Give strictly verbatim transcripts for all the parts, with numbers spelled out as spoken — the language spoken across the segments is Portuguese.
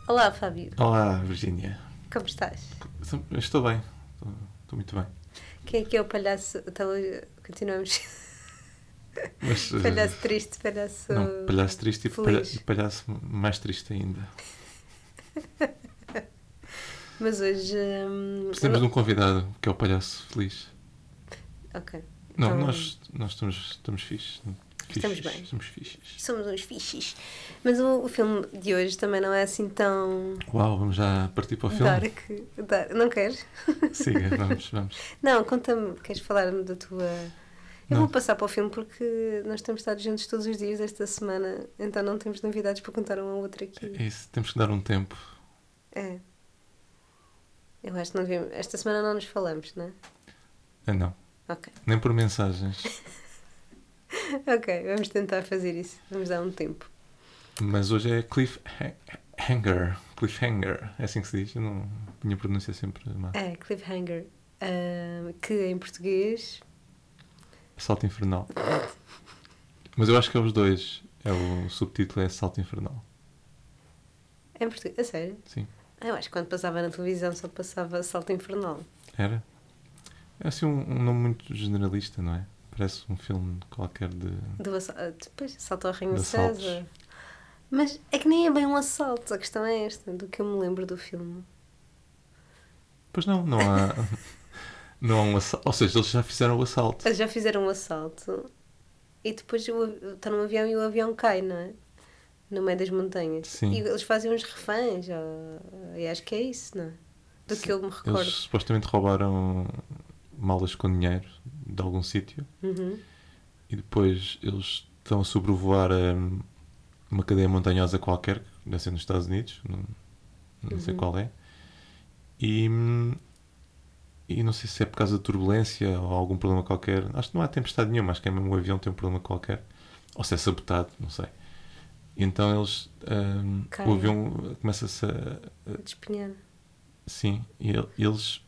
Olá, Fábio. Olá, Virgínia. Como estás? Estou bem, estou, estou muito bem. Quem é que é o palhaço? Então, continuamos. Mas, palhaço triste, palhaço. Não, palhaço triste e, palha, feliz. e palhaço mais triste ainda. Mas hoje. Hum, Precisamos não... de um convidado que é o palhaço feliz. Ok. Não, então... nós, nós estamos, estamos fixes. Estamos bem. Somos fixes. Somos uns fixes. Mas o, o filme de hoje também não é assim tão. Uau, vamos já partir para o filme? Dark. Dark. Não queres? Siga, vamos, vamos. Não, conta-me. Queres falar-me da tua. Eu Não. vou passar para o filme porque nós temos estado juntos todos os dias desta semana, então não temos novidades para contar um ao outro aqui. É isso, temos que dar um tempo. É. Eu acho que não devíamos. Esta semana não nos falamos, não é? Ah, não. Ok. Nem por mensagens. Ok, vamos tentar fazer isso. Vamos dar um tempo. Mas hoje é cliffhanger. Cliffhanger. É assim que se diz? Eu não... A minha pronúncia é sempre má. É, cliffhanger. Uh, que em português. Salto Infernal. Mas eu acho que é os dois. É o subtítulo é Salto Infernal. É em português? A sério? Sim. Eu acho que quando passava na televisão só passava Salto Infernal. Era? É assim um, um nome muito generalista, não é? Parece um filme qualquer de... Do assa... Depois, Assalto ao Rainha de César. assaltos. Mas é que nem é bem um assalto. A questão é esta, do que eu me lembro do filme. Pois não, não há... Não há um assalto. Ou seja, eles já fizeram o assalto. Eles já fizeram um assalto e depois está num avião e o avião cai, não é? No meio das montanhas. Sim. E eles fazem uns reféns, ou... e acho que é isso, não é? Do Sim. que eu me recordo. Eles supostamente roubaram malas com dinheiro de algum sítio. Uhum. E depois eles estão a sobrevoar um, uma cadeia montanhosa qualquer, que deve ser nos Estados Unidos, não, não Uhum. sei qual é. E, e não sei se é por causa de turbulência ou algum problema qualquer. Acho que não há tempestade nenhuma, acho que é mesmo o avião tem um problema qualquer. Ou se é sabotado, não sei. E então eles... Um, o avião começa-se a... a despenhar. Sim, e eles...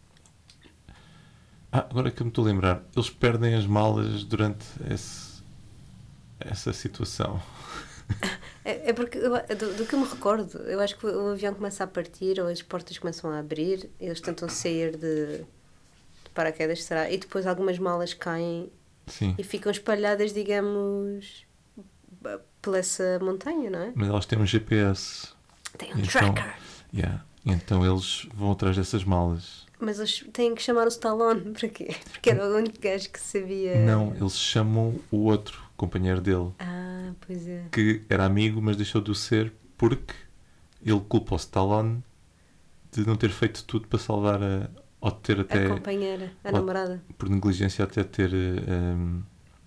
Ah, agora que eu me estou a lembrar, eles perdem as malas durante esse, essa situação. É, é porque, eu, do, do que eu me recordo, eu acho que o, o avião começa a partir, ou as portas começam a abrir, eles tentam sair de, de paraquedas, será? E depois algumas malas caem. Sim. E ficam espalhadas, digamos, pela essa montanha, não é? Mas elas têm um G P S. Tem um então, tracker. Yeah, então eles vão atrás dessas malas. Mas eles têm que chamar o Stallone, para quê? Porque era o único gajo que sabia... Não, eles chamam o outro companheiro dele. Ah, pois é. Que era amigo, mas deixou de o ser porque ele culpa o Stallone de não ter feito tudo para salvar a... ou de ter até... A companheira, a ou, namorada. Por negligência até ter... Um,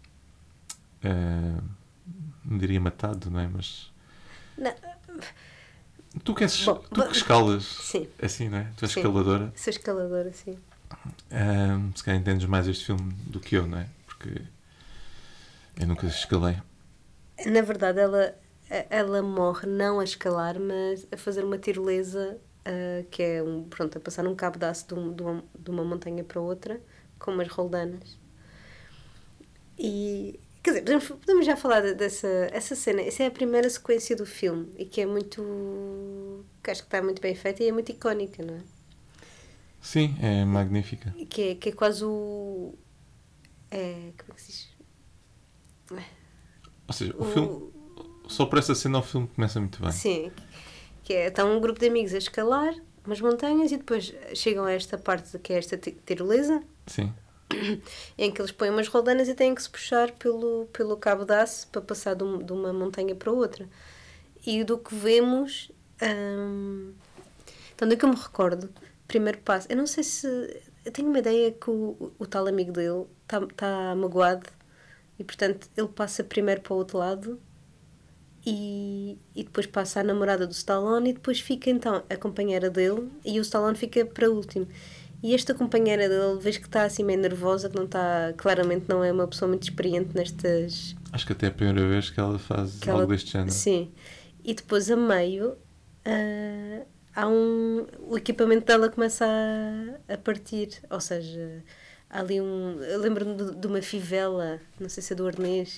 um, não diria matado, não é? Mas... Não. Tu que, és, Bom, tu que escalas, sim. assim, não é? Tu és Sim. escaladora. Sou escaladora, sim. Um, se calhar entendes mais este filme do que eu, não é? Porque eu nunca escalei. Na verdade, ela, ela morre não a escalar, mas a fazer uma tirolesa, uh, que é um, pronto, a passar um cabo de aço de, um, de, uma, de uma montanha para outra, com umas roldanas. E... Quer dizer, podemos, podemos já falar dessa essa cena. Essa é a primeira sequência do filme e que é muito... que acho que está muito bem feita e é muito icónica, não é? Sim, é magnífica. Que é, que é quase o... É... como é que se diz? Ou seja, o, o filme... Só por essa cena o filme começa muito bem. Sim. Que é, está um grupo de amigos a escalar umas montanhas e depois chegam a esta parte que é esta tirolesa. Sim. Em que eles põem umas roldanas e têm que se puxar pelo, pelo cabo de aço para passar de, um, de uma montanha para outra. E do que vemos... Hum, então, do que eu me recordo, primeiro passo... Eu não sei se... Eu tenho uma ideia que o, o, o tal amigo dele está, está magoado e, portanto, ele passa primeiro para o outro lado e, e depois passa a namorada do Stallone e depois fica, então, a companheira dele e o Stallone fica para último. E esta companheira dele, vejo que está assim meio nervosa, que não está, claramente não é uma pessoa muito experiente nestas... Acho que até é a primeira vez que ela faz que algo ela, deste género. Sim. E depois, a meio, uh, há um... o equipamento dela começa a, a partir. Ou seja, há ali um... Eu lembro-me de, de uma fivela, não sei se é do arnês,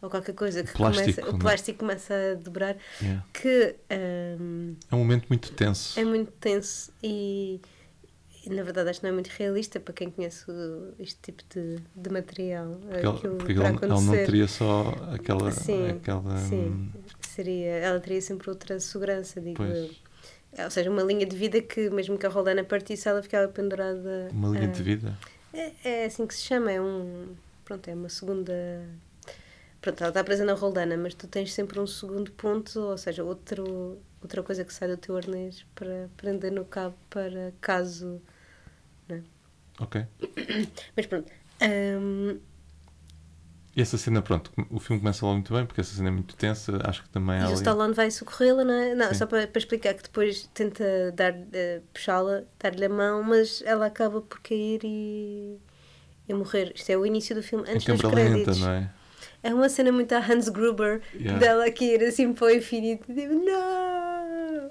ou qualquer coisa que plástico, começa, o não é? plástico começa a dobrar, Yeah. que um, É um momento muito tenso. é muito tenso e, e na verdade acho que não é muito realista para quem conhece o, este tipo de, de material. Porque, ele, Aquilo porque para ele, ele não acontecer. teria só aquela. Sim, aquela sim. hum, Seria, ela teria sempre outra segurança, digo eu. pois, Ou seja, uma linha de vida que, mesmo que a Roldana partisse, ela ficava pendurada. uma linha ah, de vida. É, é assim que se chama, é um. Pronto, é uma segunda. Pronto, ela está presa na Roldana, mas tu tens sempre um segundo ponto, ou seja, outro, outra coisa que sai do teu arnês para prender no cabo para caso. Não é? Ok. Mas pronto. hum, E essa cena, pronto, o filme começa logo muito bem, porque essa cena é muito tensa. Acho que também há E o ali. Stallone vai socorrê-la, não é? Não, Sim. só para, para explicar que depois tenta dar, eh, puxá-la, dar-lhe a mão, mas ela acaba por cair e, e morrer. Isto é o início do filme, Em antes dos câmara lenta, créditos. não é? É uma cena muito a Hans Gruber, Yeah. dela aqui ir assim para o infinito e tipo, não!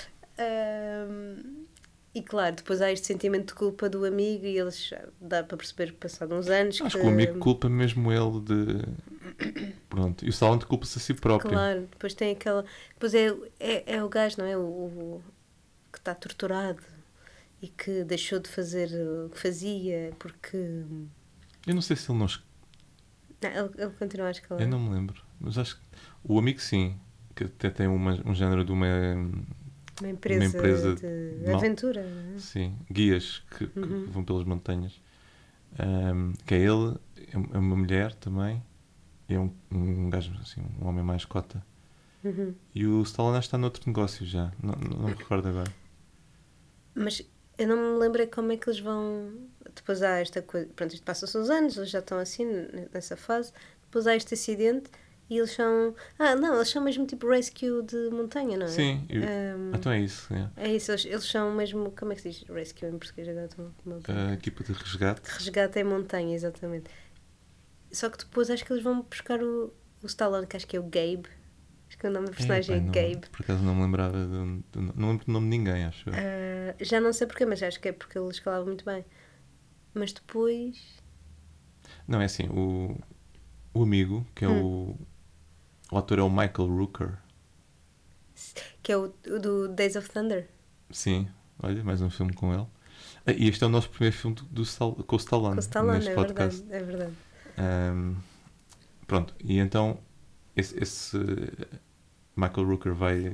Ahm, e claro, depois há este sentimento de culpa do amigo e eles, dá para perceber que passados uns anos Acho que... que o amigo culpa mesmo ele de. Pronto. E o Stallone culpa-se a si próprio. Claro, depois tem aquela... Depois é, é, é o gajo, não é? O, o que está torturado e que deixou de fazer o que fazia porque... Eu não sei se ele não. Não, ele, ele continua a escalar. Eu não me lembro. Mas acho que. O amigo, sim. Que até tem uma, um género de uma. Uma empresa, uma empresa de de mal- aventura, não é? Sim. Guias que, que Uhum. vão pelas montanhas. Ahm, que é ele. É uma mulher também. É um, um gajo, assim, um homem mais cota. Uhum. E o Stallone está noutro negócio já. Não, não, não me recordo agora. Mas eu não me lembro é como é que eles vão. Depois há esta coisa. Pronto, isto passa-se uns anos, eles já estão assim, nessa fase. Depois há este acidente e eles são. Ah, não, eles são mesmo tipo rescue de montanha, não é? Sim. eu- Ahm, Então é isso. É. é isso, eles, eles são mesmo. Como é que se diz rescue em português? Agora estou com uma branca. A equipa de resgate. Resgate em montanha, exatamente. Só que depois acho que eles vão buscar o, o Stallone, que acho que é o Gabe. Acho que o nome do personagem é, Epá, não- Gabe. Por acaso não me lembrava. De, de- não lembro do nome de ninguém, acho eu. Ah, já não sei porquê, mas acho que é porque ele escalava muito bem. Mas depois. Não, é assim. O, o amigo, que é Hum. o. O ator é o Michael Rooker. Que é o, o do Days of Thunder. Sim, olha, mais um filme com ele. Ah, e este é o nosso primeiro filme do, do Stall- com o Stallone, Com o Stallone, neste é podcast. verdade, é verdade. Ahm, pronto, e então esse, esse Michael Rooker vai.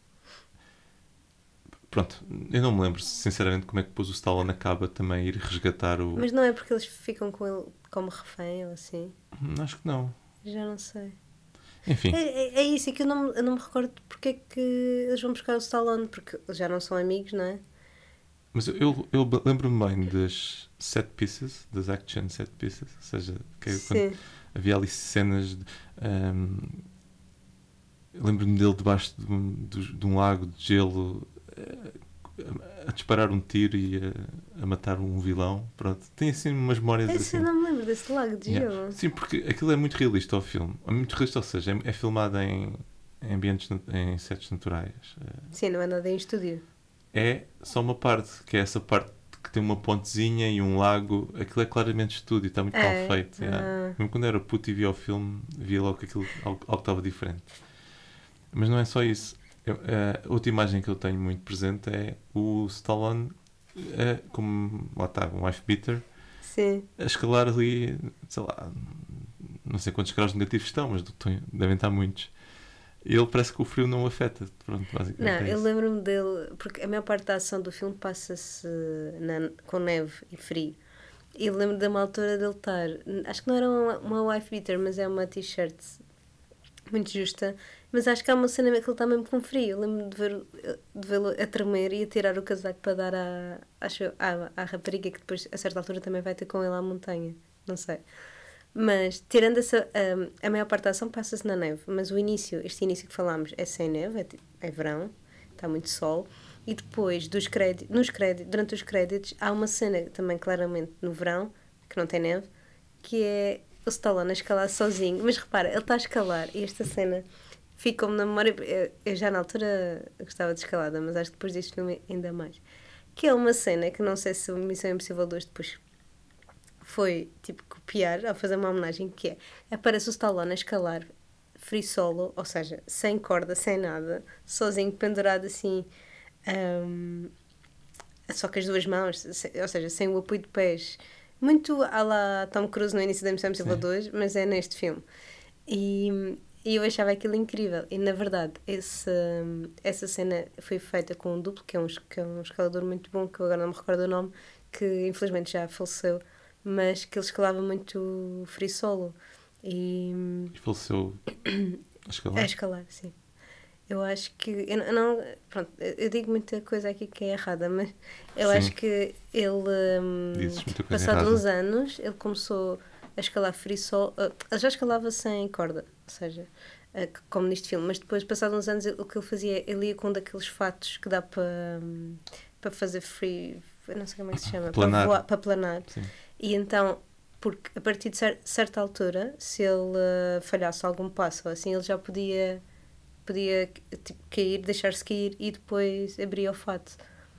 Pronto, eu não me lembro sinceramente como é que depois o Stallone acaba também a ir resgatar o. Mas não é porque eles ficam com ele como refém ou assim? Hum, Acho que não. Já não sei. Enfim, É, é, é isso, é que eu não, me- eu não me recordo porque é que eles vão buscar o Stallone, porque eles já não são amigos, não é? mas eu, eu, eu lembro-me bem das set pieces, das action set pieces, ou seja, que é quando Sim. havia ali cenas. De, ahm, eu lembro-me dele debaixo de um, de- de um lago de gelo eh, a, a disparar um tiro e a, a matar um vilão. Pronto, tem assim umas memórias Esse assim. eu não me lembro desse lago de Yeah. gelo. Sim, porque aquilo é muito realista ao filme. É muito realista, ou seja, é, é filmado em, em ambientes, nat- em sets naturais. Eh, Sim, não é nada em estúdio. É só uma parte, que é essa parte que tem uma pontezinha e um lago. Aquilo é claramente estúdio, está muito É? mal feito. yeah. Ah. Mesmo quando era puto e via o filme, via logo que aquilo algo, algo estava diferente. Mas não é só isso. Eu- eh, outra imagem que eu tenho muito presente é o Stallone, eh, como lá está, um wife beater, Sim. a escalar ali, sei lá, não sei quantos graus negativos estão, mas estão- devem estar muitos. E ele parece que o frio não o afeta. Pronto, basicamente Não, é eu isso. lembro-me dele, porque a maior parte da ação do filme passa-se na- com neve e frio. E eu lembro de uma altura dele estar, acho que não era uma, uma wife beater, mas é uma t-shirt muito justa, mas acho que há uma cena que ele está mesmo com frio. Eu lembro de ver- de vê-lo a tremer e a tirar o casaco para dar à, acho eu, à, à rapariga que depois, a certa altura, também vai ter com ele à montanha. Não sei. Mas, tirando essa, hum, a maior parte da ação passa-se na neve, mas o início, este início que falámos é sem neve, é, ti- é verão, está muito sol, e depois, dos créditos, nos créditos, durante os créditos, há uma cena também claramente no verão, que não tem neve, que é o Stallone a escalar sozinho, mas repara, ele está a escalar, e esta cena ficou-me na memória, eu, eu já na altura gostava de escalada, mas acho que depois deste filme ainda mais, que é uma cena que não sei se o Missão Impossível dois depois foi, tipo, copiar, a fazer uma homenagem, que é, aparece o Stallone a escalar free solo, ou seja, sem corda, sem nada, sozinho, pendurado assim, um, só com as duas mãos, ou seja, sem o apoio de pés. Muito à la Tom Cruise no início da Missão Impossível dois, mas é neste filme. E, e eu achava aquilo incrível. E, na verdade, esse, essa cena foi feita com um duplo, que é um, que é um escalador muito bom, que eu agora não me recordo o nome, que infelizmente já faleceu, mas que ele escalava muito free solo. E, E faleceu a escalar? a escalar, sim. Eu acho que... Eu não, pronto, eu digo muita coisa aqui que é errada, mas eu Sim. acho que ele, um, Dizes muita coisa passado errada. uns anos, ele começou a escalar free solo. Uh, ele já escalava sem corda, ou seja, uh, como neste filme, mas depois, passado uns anos, ele- o que ele fazia, ele ia com um daqueles fatos que dá para um, para fazer free... Eu não sei como é que se chama. Planar. Para, voar, para planar. Sim. E então, porque a partir de cer- certa altura, se ele uh, falhasse algum passo ou assim, ele já podia, podia tipo, cair, deixar-se cair e depois abria o fato.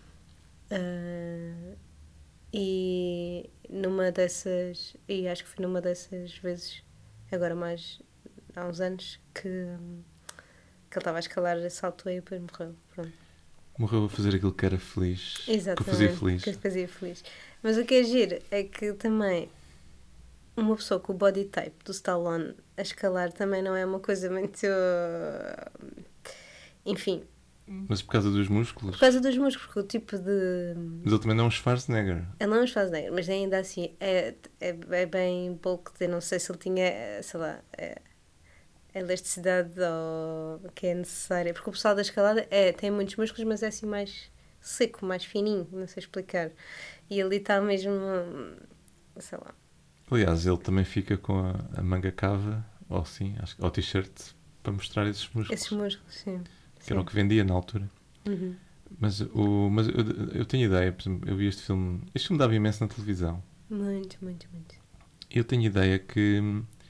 Uh, e numa dessas, e acho que foi numa dessas vezes, agora mais há uns anos, que, hum, que ele estava a escalar, saltou e depois morreu. Pronto. Morreu a fazer aquilo que era feliz. Que o Exatamente, fazia feliz. que fazia feliz. Mas o que é giro é que também uma pessoa com o body type do Stallone a escalar também não é uma coisa muito... Enfim, Mas por causa dos músculos. por causa dos músculos, porque o tipo de... Mas ele também não é um Schwarzenegger. Ele não os faz negro, mas ainda assim é, é, é bem pouco. Eu não sei se ele tinha, sei lá, é, elasticidade ou que é necessária, porque o pessoal da escalada é, tem muitos músculos, mas é assim mais seco, mais fininho, não sei explicar. E ali está mesmo, sei lá. Aliás, ele também fica com a, a manga cava, ou assim, acho, que- ou t-shirt, para mostrar esses músculos. Esses músculos, sim. Que era o que vendia na altura. Uhum. Mas, o, mas eu, eu tenho ideia, por exemplo, eu vi este filme. Este filme dava imenso na televisão. Muito, muito, muito. Eu tenho ideia que.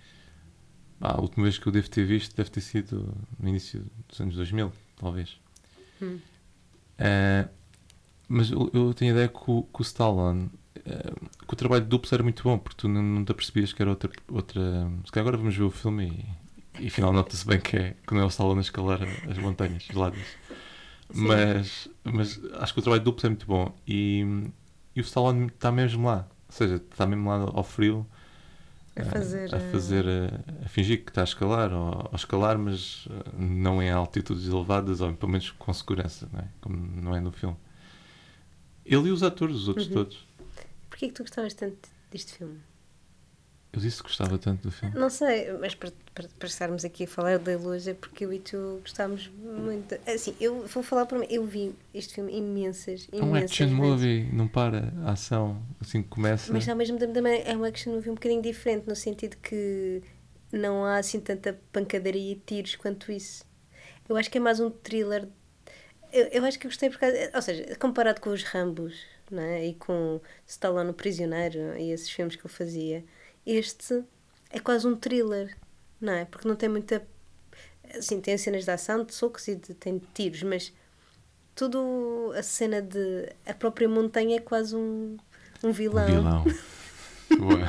Ah, a última vez que eu devo ter visto deve ter sido no início dos anos dois mil, talvez. Hum. Ah, mas eu, eu tenho ideia que o, que o Stallone. ah, que o trabalho de duplos era muito bom, porque tu não, não te apercebias que era outra. outra se calhar agora vamos ver o filme e, e afinal nota-se bem que, é, que não é o Stallone a escalar as montanhas geladas. Mas, mas acho que o trabalho de duplos é muito bom e, e o Stallone está mesmo lá, ou seja, está mesmo lá ao frio A fazer, a, a, fazer a, a fingir que está a escalar ou a escalar, mas ah, não em altitudes elevadas ou pelo menos com segurança, não é? Como não é no filme. Ele e os atores, os outros Uhum. todos. Porquê que tu gostavas tanto deste filme? Eu disse que gostava tanto do filme. Não sei, mas para, para, para estarmos aqui a falar da luz é porque eu e tu gostámos muito. Assim, eu vou falar para mim, eu vi este filme imensas, É um imensas action vezes. movie, não para, a ação assim que começa. Mas ao mesmo tempo também é um action movie um bocadinho diferente, no sentido que não há assim tanta pancadaria e tiros quanto isso. Eu acho que é mais um thriller. Eu, eu acho que eu gostei por causa. Ou seja, comparado com os Rambos, não é? E com Stallone o Prisioneiro e esses filmes que ele fazia, este é quase um thriller, não é? Porque não tem muita. Assim, tem cenas de ação, de socos e de, tem tiros, mas tudo a cena de. A própria montanha é quase um, um vilão. Um vilão. Boa.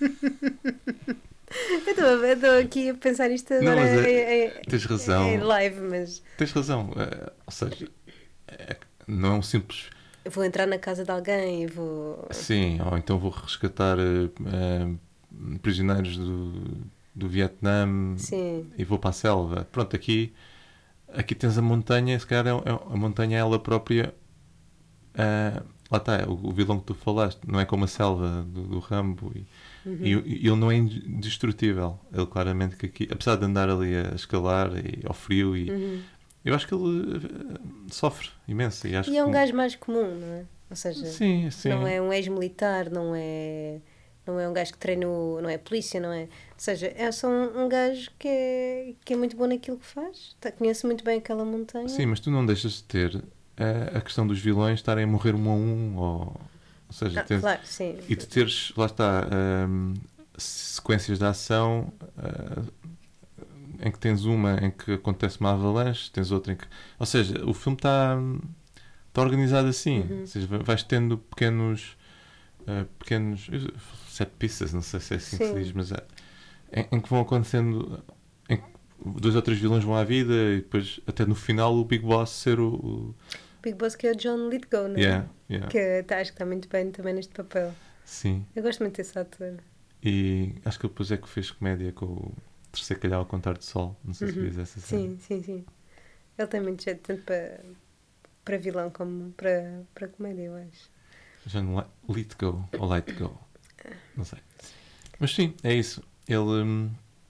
Eu estou- eu estou aqui a pensar isto agora Não, mas é- em, em- Tens razão. em live, mas Tens razão. eh, ou seja, é- não é um simples. eu vou entrar na casa de alguém e vou. Sim, ou então vou resgatar eh, eh, prisioneiros do, do Vietnã Sim, e vou para a selva. Pronto, aqui, aqui tens a montanha, se calhar é, é- a montanha é ela própria. eh, lá está, o, o vilão que tu falaste, não é como a selva do, do Rambo. E, uhum. e, e ele não é indestrutível. Ele claramente que aqui, apesar de andar ali a escalar e ao frio, e, Uhum. eu acho que ele eh, sofre imenso. E, acho E é um que, gajo mais comum, não é? Ou seja, Sim, sim. não é um ex-militar, não é, não é um gajo que treina, o- não é polícia, não é? Ou seja, é só um, um gajo que é, que é muito bom naquilo que faz, tá, conhece muito bem aquela montanha. Sim, mas tu não deixas de ter eh, a questão dos vilões estarem a morrer um a um, ou, ou seja, Ah, tens- claro, sim. e de teres, lá está, ehm, sequências de ação eh, em que tens uma em que acontece uma avalanche, tens outra em que. Ou seja, o filme está está organizado assim. Uhum. Ou seja, vais tendo pequenos uh, pequenos set pieces, não sei se é assim que Sim. se diz, mas é, em, em que vão acontecendo, em que dois ou três vilões vão à vida e depois até no final o Big Boss ser o, o... Big Boss, que é o John Lithgow, não é? Yeah, yeah. Que tá, acho que está muito bem também neste papel. Sim, Eu gosto muito desse ator. e acho que ele depois é que fez comédia com o Terceiro Calhau ao Contar de Sol, não sei se Uhum. diz essa série. Sim, sim, sim. Ele tem muito jeito, tanto para, para vilão como para, para comédia, eu acho. John Li- Lithgow ou Lightgo, não sei. Mas sim, é isso. Ele. hum,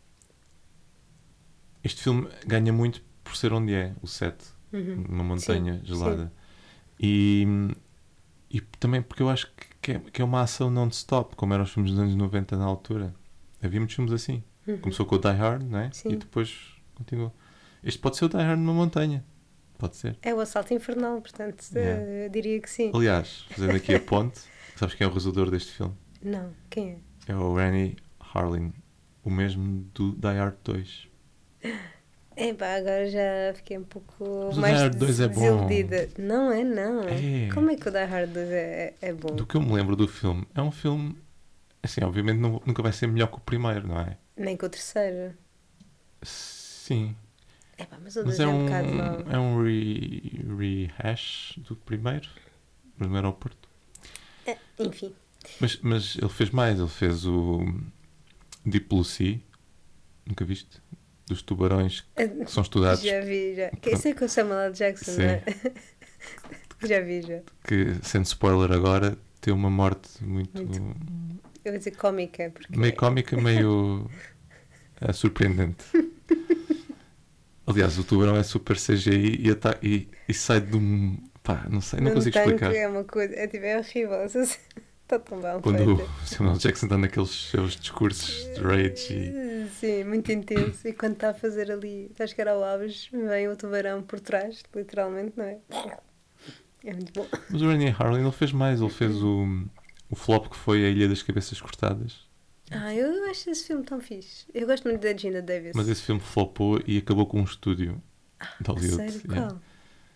este filme ganha muito por ser onde é, o set, Uhum. numa montanha Sim, gelada. E, hum, e também porque eu acho que- que é, que é uma ação non-stop, como eram os filmes dos anos noventa na altura. Havia muitos filmes assim. Uhum. Começou com o Die Hard, não é? Sim. E depois continuou. Este pode ser o Die Hard numa montanha. Pode ser. É o Assalto Infernal, portanto, Yeah. eh, eu diria que sim. Aliás, fazendo aqui a ponte, sabes quem é o realizador deste filme? Não, quem é? É o Rennie Harlin, o mesmo do Die Hard dois. Epá, agora já fiquei um pouco Mas o mais Die Hard dois é bom. desiludida. Não é, não. É. Como é que o Die Hard dois é, é bom? Do que eu me lembro do filme, é um filme, assim, obviamente não- nunca vai ser melhor que o primeiro, não é? Nem com o terceiro. Sim, Epá, mas o mas dois é é um um, bocado mau. é um re, rehash do primeiro, mas no aeroporto. É, enfim. Mas, mas ele fez mais, ele fez o Deep Blue Sea, nunca viste? Dos tubarões que são estudados, Já vi, já. Que isso é com o Samuel L. Jackson, Sim. não é? Já vi, já. que, sendo spoiler agora, tem uma morte muito, Muito. Eu vou dizer cómica, porque... meio cómica, meio eh, surpreendente. Aliás, o tubarão é super C G I e, ata- e, e sai de um. Pá, não sei, não num consigo tanque explicar. É uma coisa... É, tipo, é horrível. Está tão bem Quando feito. o Samuel Jackson está naqueles seus discursos de rage e. Sim, muito intenso. E quando está a fazer ali... Está a chegar ao Aves, vem o tubarão por trás, literalmente, não é? É muito bom. Mas o Rennie Harlin ele fez mais, ele fez o, o flop que foi A Ilha das Cabeças Cortadas. Ah, eu acho esse filme tão fixe. Eu gosto muito da Gina Davis. Mas esse filme flopou e acabou com um estúdio de A Hollywood. sério? Yeah. Qual?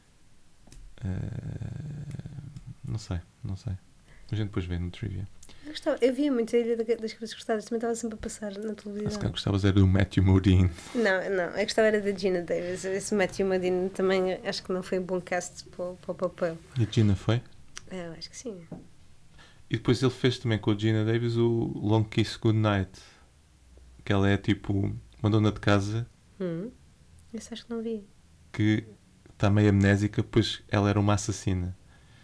Eh, não sei, não sei. A gente depois vê no trivia. Eu, gostava, eu via muito a Ilha da- das Cabeças Cortadas, também estava sempre a passar na Ah, se televisão. calhar gostavas era do Matthew Modine. Não, não, eu gostava era da Gina Davis. Esse Matthew Modine também acho que não foi um bom cast para, o- para o papel. E a Gina foi? É, eu acho que sim. E depois ele fez também com a Gina Davis o Long Kiss Goodnight. Que ela é tipo uma dona de casa Hum, esse acho que não vi. que está meio amnésica, pois ela era uma assassina.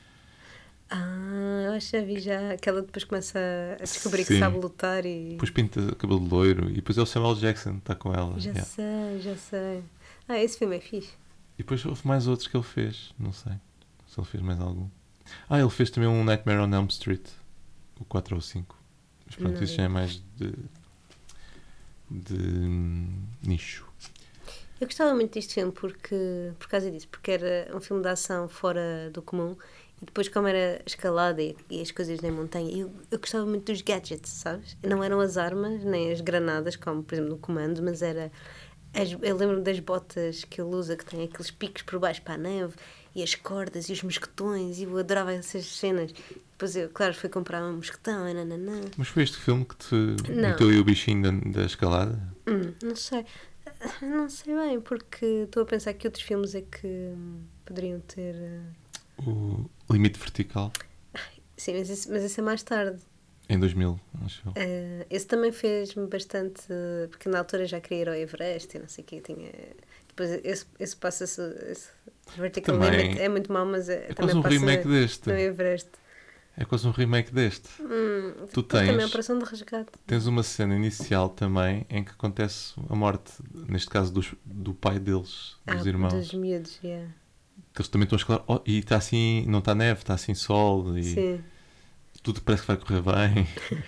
Ah, eu acho que já vi já. Que ela depois começa a descobrir que Sim. sabe lutar e. Depois pinta cabelo de loiro e depois é o Samuel Jackson está com ela. Já Yeah. sei, já sei. Ah, esse filme é fixe. E depois houve mais outros que ele fez, não sei se ele fez mais algum. Ah, ele fez também um Nightmare on Elm Street, o quatro ou cinco. Mas pronto, Não isso vi. já é mais de, de hum, nicho. Eu gostava muito deste filme porque, por causa disso, porque era um filme de ação fora do comum e depois como era escalada e, e as coisas na montanha, eu, eu gostava muito dos gadgets, sabes? Não eram as armas, nem as granadas, como por exemplo no comando, mas era... As, eu lembro-me das botas que ele usa, que tem aqueles picos por baixo para a neve, e as cordas e os mosquetões, e eu adorava essas cenas. Depois eu, claro, fui comprar um mosquetão, e nananã. Mas foi este filme que te Não. meteu aí o bichinho da, da escalada? Hum, não sei. Não sei bem, porque estou a pensar que outros filmes é que hum, poderiam ter. eh, O Limite Vertical, Sim, mas esse, mas esse é mais tarde. em dois mil, acho eu. Eh, esse também fez-me bastante. eh, Porque na altura já queria ir ao Everest e não sei o que. Tinha... Depois esse, esse passa-se. Esse Vertical Também Limit é muito mau, mas é, É também quase um passa remake deste. no Everest. É quase um remake deste. Hum, Tu depois também a tens, Operação de Resgate. tens uma cena inicial também em que acontece a morte, neste caso dos, do pai deles, dos Ah, irmãos. dos miúdos, yeah. Que eles também estão a escalar. Oh, e está assim, não está neve, está assim sol e Sim. tudo parece que vai correr bem.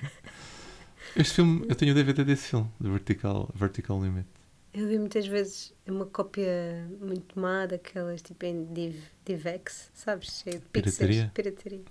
Este filme, eu tenho o D V D desse filme, do Vertical, Vertical Limit. Eu vi muitas vezes uma cópia muito má daquelas tipo em Div, Divex, sabes? Cheio de pixels. Pirataria? Pirataria.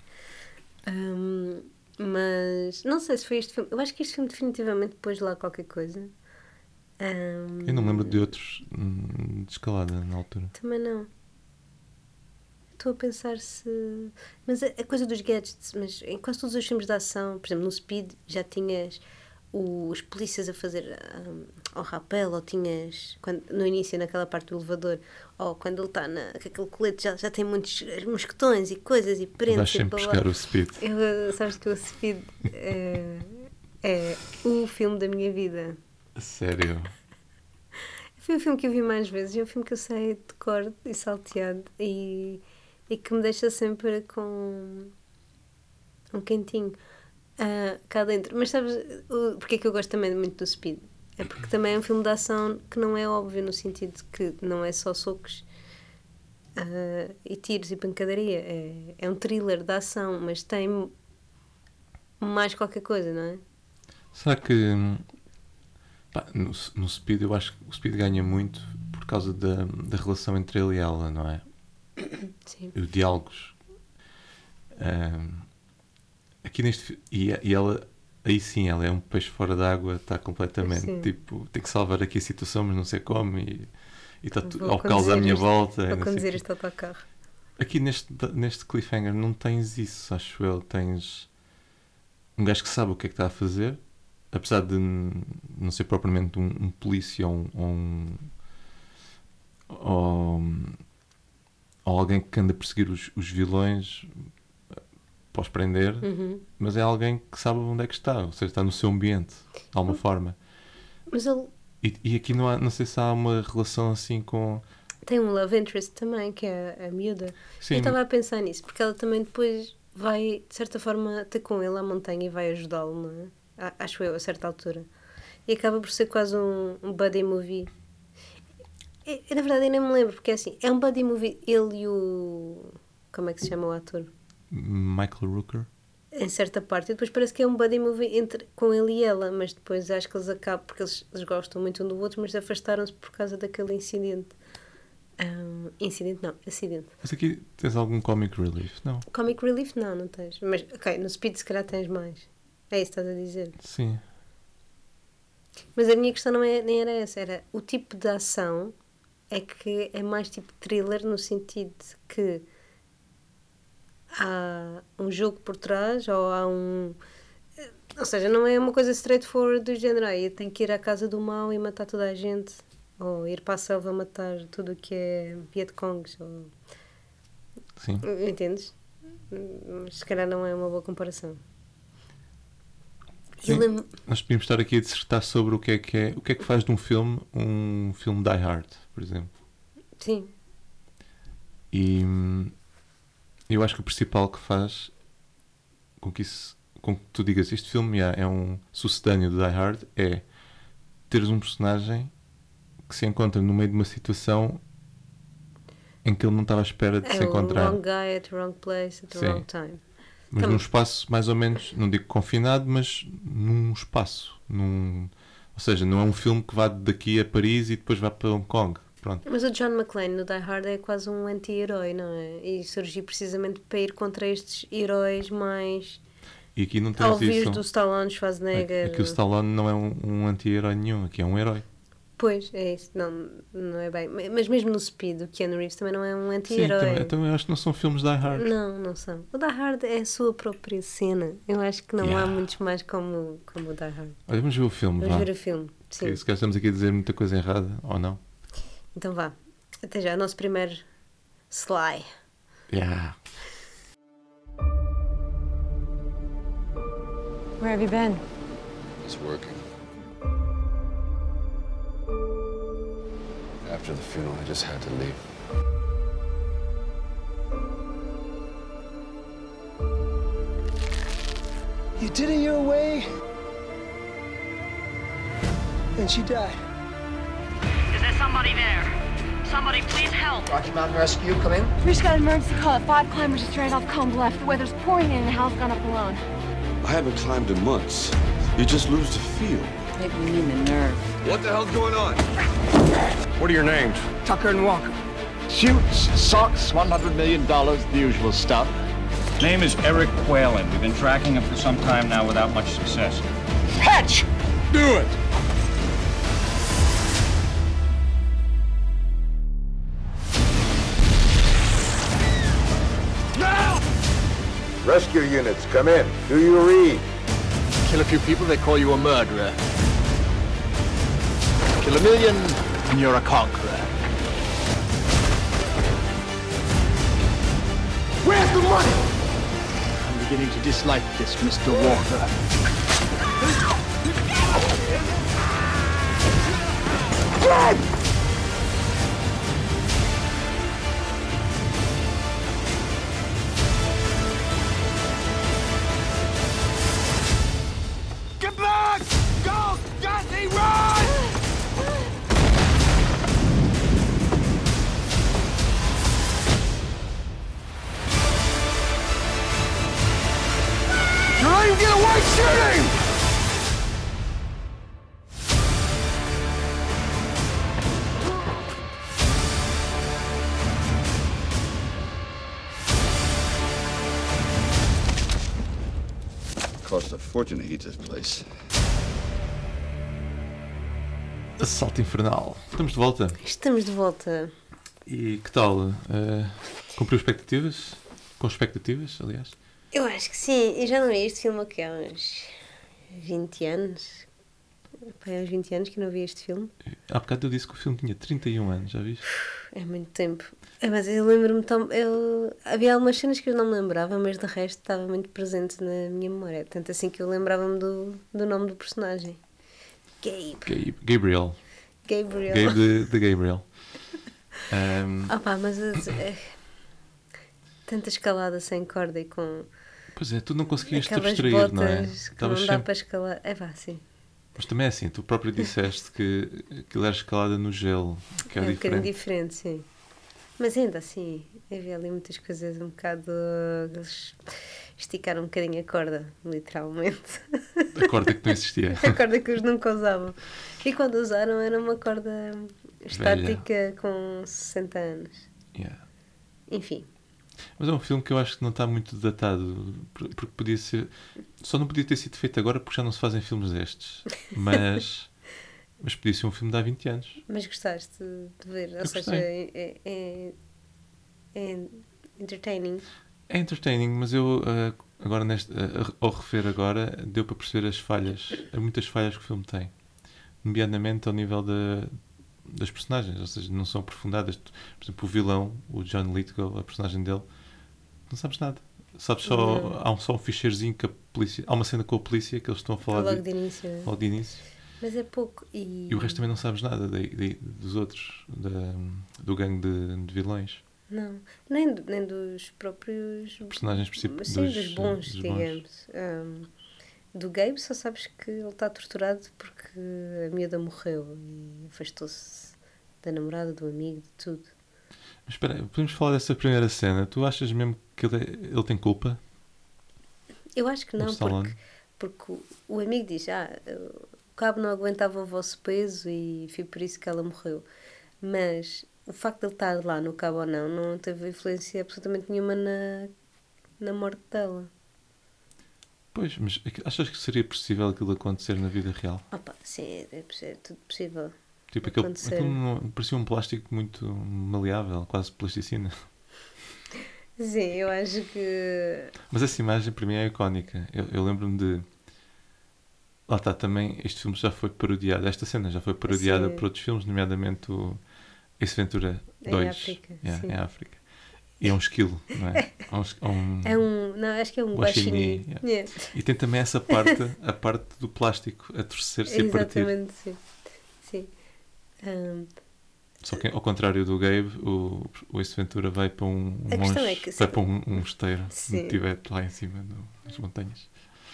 Hum, mas não sei se foi este filme. Eu acho que este filme definitivamente pôs lá qualquer coisa. Hum, Eu não me lembro de outros hum, de escalada na altura. Também não. estou a pensar se... Mas a, a coisa dos gadgets, mas em quase todos os filmes de ação, por exemplo, no Speed já tinhas os polícias a fazer um, ao rapel, ou tinhas, quando, no início, naquela parte do elevador, ou quando ele está com aquele colete, já, já tem muitos mosquetões e coisas e prende. Vais sempre buscar o Speed. Eu, sabes que o Speed é, é o filme da minha vida. Sério? Foi o filme que eu vi mais vezes, é um filme que eu sei de cor e salteado e, e que me deixa sempre com um quentinho uh, cá dentro. Mas sabes o, porque é que eu gosto também muito do Speed? É porque também é um filme de ação que não é óbvio, no sentido de que não é só socos uh, e tiros e pancadaria. É, é um thriller de ação, mas tem mais qualquer coisa, não é? Será que... Pá, no, no Speed eu acho que o Speed ganha muito por causa da, da relação entre ele e ela, não é? Sim. Os diálogos. Um, aqui neste e, e ela, aí sim, ela é um peixe fora d'água, está completamente Sim. tipo, tem que salvar aqui a situação, mas não sei como, e está tudo Vou ao caos à minha conduzir volta. Vou não sei conduzir quê. este autocarro. Aqui neste, neste cliffhanger não tens isso, acho eu. Tens um gajo que sabe o que é que está a fazer, apesar de não ser propriamente um, um polícia ou um, ou, ou alguém que anda a perseguir os, os vilões para os prender, Uhum. mas é alguém que sabe onde é que está, ou seja, está no seu ambiente, de alguma forma. Mas ele E, e aqui não, há, não sei se há uma relação assim com... tem um love interest também, que é a, a miúda. Sim, Eu estava a pensar nisso, porque ela também depois vai, de certa forma, ter com ele à montanha e vai ajudá-lo, não é? Acho eu, a certa altura. E acaba por ser quase um, um buddy movie. E, na verdade, eu nem me lembro, porque é assim, é um buddy movie, ele e o... Como é que se chama o ator? Michael Rooker. Em certa parte. E depois parece que é um buddy movie entre, com ele e ela, mas depois acho que eles acabam, porque eles, eles gostam muito um do outro, mas afastaram-se por causa daquele incidente. Um, incidente não, acidente. Mas aqui tens algum comic relief? Não. Comic relief não, não tens. Mas, ok, no Speed se calhar tens mais. É isso que estás a dizer. Sim. Mas a minha questão não é, nem era essa, era o tipo de ação é que é mais tipo thriller no sentido de que há um jogo por trás ou há um... Ou seja, não é uma coisa straightforward do género, aí tem que ir à casa do mal e matar toda a gente, ou ir para a selva matar tudo o que é Vietcongs, ou... Sim. Entendes? Mas se calhar não é uma boa comparação. Sim. Eu lembro... Nós podíamos estar aqui a dissertar sobre o que é que é, o que é que faz de um filme um filme Die Hard, por exemplo. Sim. E hum, eu acho que o principal que faz com que, isso, com que tu digas este filme yeah, é um sucedâneo de Die Hard é teres um personagem que se encontra no meio de uma situação em que ele não estava à espera de é se encontrar. É o wrong guy at the wrong place at the Sim. wrong time. Mas Também. num espaço mais ou menos, não digo confinado, mas num espaço. Num, ou seja, não é um filme que vá daqui a Paris e depois vá para Hong Kong. Pronto. Mas o John McClane no Die Hard é quase um anti-herói, não é? E surgiu precisamente para ir contra estes heróis mais E aqui não tens óbvios isso. do Stallone, Schwarzenegger. Aqui o Stallone não é um, um anti-herói nenhum, aqui é um herói. Pois, é isso. Não, não é bem. Mas mesmo no Speed, o Keanu Reeves também não é um Sim, anti-herói. também, também acho que não são filmes Die Hard. Não, não são. O Die Hard é a sua própria cena. Eu acho que não Yeah. há muitos mais como, como o Die Hard. Olha, vamos ver o filme, Vamos vá. ver o filme. Sim. Okay, se calhar estamos aqui a dizer muita coisa errada, ou não? Então vá. Até já, o nosso primeiro Sly. Yeah. Where have you been? It's working. After the funeral, I just had to leave. You did it your way, and she died. Is there somebody there? Somebody please help. Rocky Mountain Rescue, come in. We just got an emergency call at five climbers just stranded off Combe Left. The weather's pouring in and the house gone up alone. I haven't climbed in months. You just lose the feel. Maybe we need the nerve. What the hell's going on? What are your names? Tucker and Walker. Suits, socks, one hundred million dollars, the usual stuff. Name is Eric Whalen. We've been tracking him for some time now without much success. Hatch! Do it! Rescue units, come in. Do you read? Kill a few people, they call you a murderer. Kill a million, and you're a conqueror. Where's the money? I'm beginning to dislike this, Mister Walker. Run! Get back! Go! Jesse, run! You're not even get away shooting! Cost a fortune to heat this place. Assalto Infernal. Estamos de volta. Estamos de volta. E que tal? Uh, cumpriu expectativas? Com expectativas, aliás? Eu acho que sim. Eu já não vi este filme aqui há uns vinte anos. Foi há uns vinte anos que eu não vi este filme. Há bocado eu disse que o filme tinha trinta e um anos, já viste? É muito tempo. É, mas eu lembro-me tão... Eu... Havia algumas cenas que eu não me lembrava, mas de resto estava muito presente na minha memória. Tanto assim que eu lembrava-me do, do nome do personagem. Gabe. Gabe. Gabriel. Gabriel. Gabe de, de Gabriel. Um... Ah pá, mas é... tanta escalada sem corda e com... Pois é, tu não conseguias te aquelas abstrair, botas não é? que Estavas não dá sempre... para escalar. É pá, sim. Mas também é assim, tu próprio disseste que aquilo era escalada no gelo, que É era um bocadinho diferente. diferente, sim. Mas ainda assim, havia ali muitas coisas um bocado... Eles esticaram um bocadinho a corda, literalmente. A corda que não existia. A corda que eles nunca usavam. E quando usaram era uma corda estática com sessenta anos. Yeah. Enfim. Mas é um filme que eu acho que não está muito datado, porque podia ser... Só não podia ter sido feito agora porque já não se fazem filmes destes. Mas... Mas podia ser um filme de há vinte anos. Mas gostaste de ver? Ou Eu seja, gostei. é, é, é entertaining. É entertaining, mas eu uh, agora neste, uh, ao rever agora deu para perceber as falhas, há muitas falhas que o filme tem, nomeadamente ao nível da, das personagens, ou seja, não são aprofundadas. Por exemplo, o vilão, o John Lithgow, a personagem dele, não sabes nada. Sabes só, Não. há um, só um ficheirozinho que a polícia, há uma cena com a polícia que eles estão a falar Logo de, de início. logo de início. Mas é pouco. E, E o resto também não sabes nada de, de, dos outros, da, do gangue de, de vilões. Não, nem, do- nem dos próprios Personagens principais. sim, dos, bons, digamos. Um, do Gabe só sabes que ele está torturado porque a miúda morreu e afastou-se da namorada, do amigo, de tudo. Mas espera, aí, podemos falar dessa primeira cena? Tu achas mesmo que ele, é- ele tem culpa? Eu acho que O não, Stallone? porque, porque o, o amigo diz: Ah, o cabo não aguentava o vosso peso e foi por isso que ela morreu. Mas o facto de ele estar lá no cabo ou não, não teve influência absolutamente nenhuma na, na morte dela. Pois, mas é que achas que seria possível aquilo acontecer na vida real? Opa, sim, é, possi- é tudo possível. Tipo, aquele, Acontecer. aquilo não- parecia um plástico muito maleável, quase plasticina. Sim, eu acho que. Mas essa imagem para mim é icónica. Eu, eu lembro-me de... Lá está, também este filme já foi parodiado, esta cena já foi parodiada Sim. por outros filmes, nomeadamente o Ace Ventura Em dois. África, Yeah, sim. em África. E é um esquilo, não é? É um, es- é um, É um. Não, acho que é um guaxinim, guaxinim. yeah. Yeah. E tem também essa parte, a parte do plástico a torcer-se e a partir. Exatamente, sim. Sim. Um, Só que ao contrário do Gabe, o, o Ace Ventura vai para um, um A questão monge, é que vai se- para um, um mosteiro Sim. no Tibete, lá em cima do- das montanhas.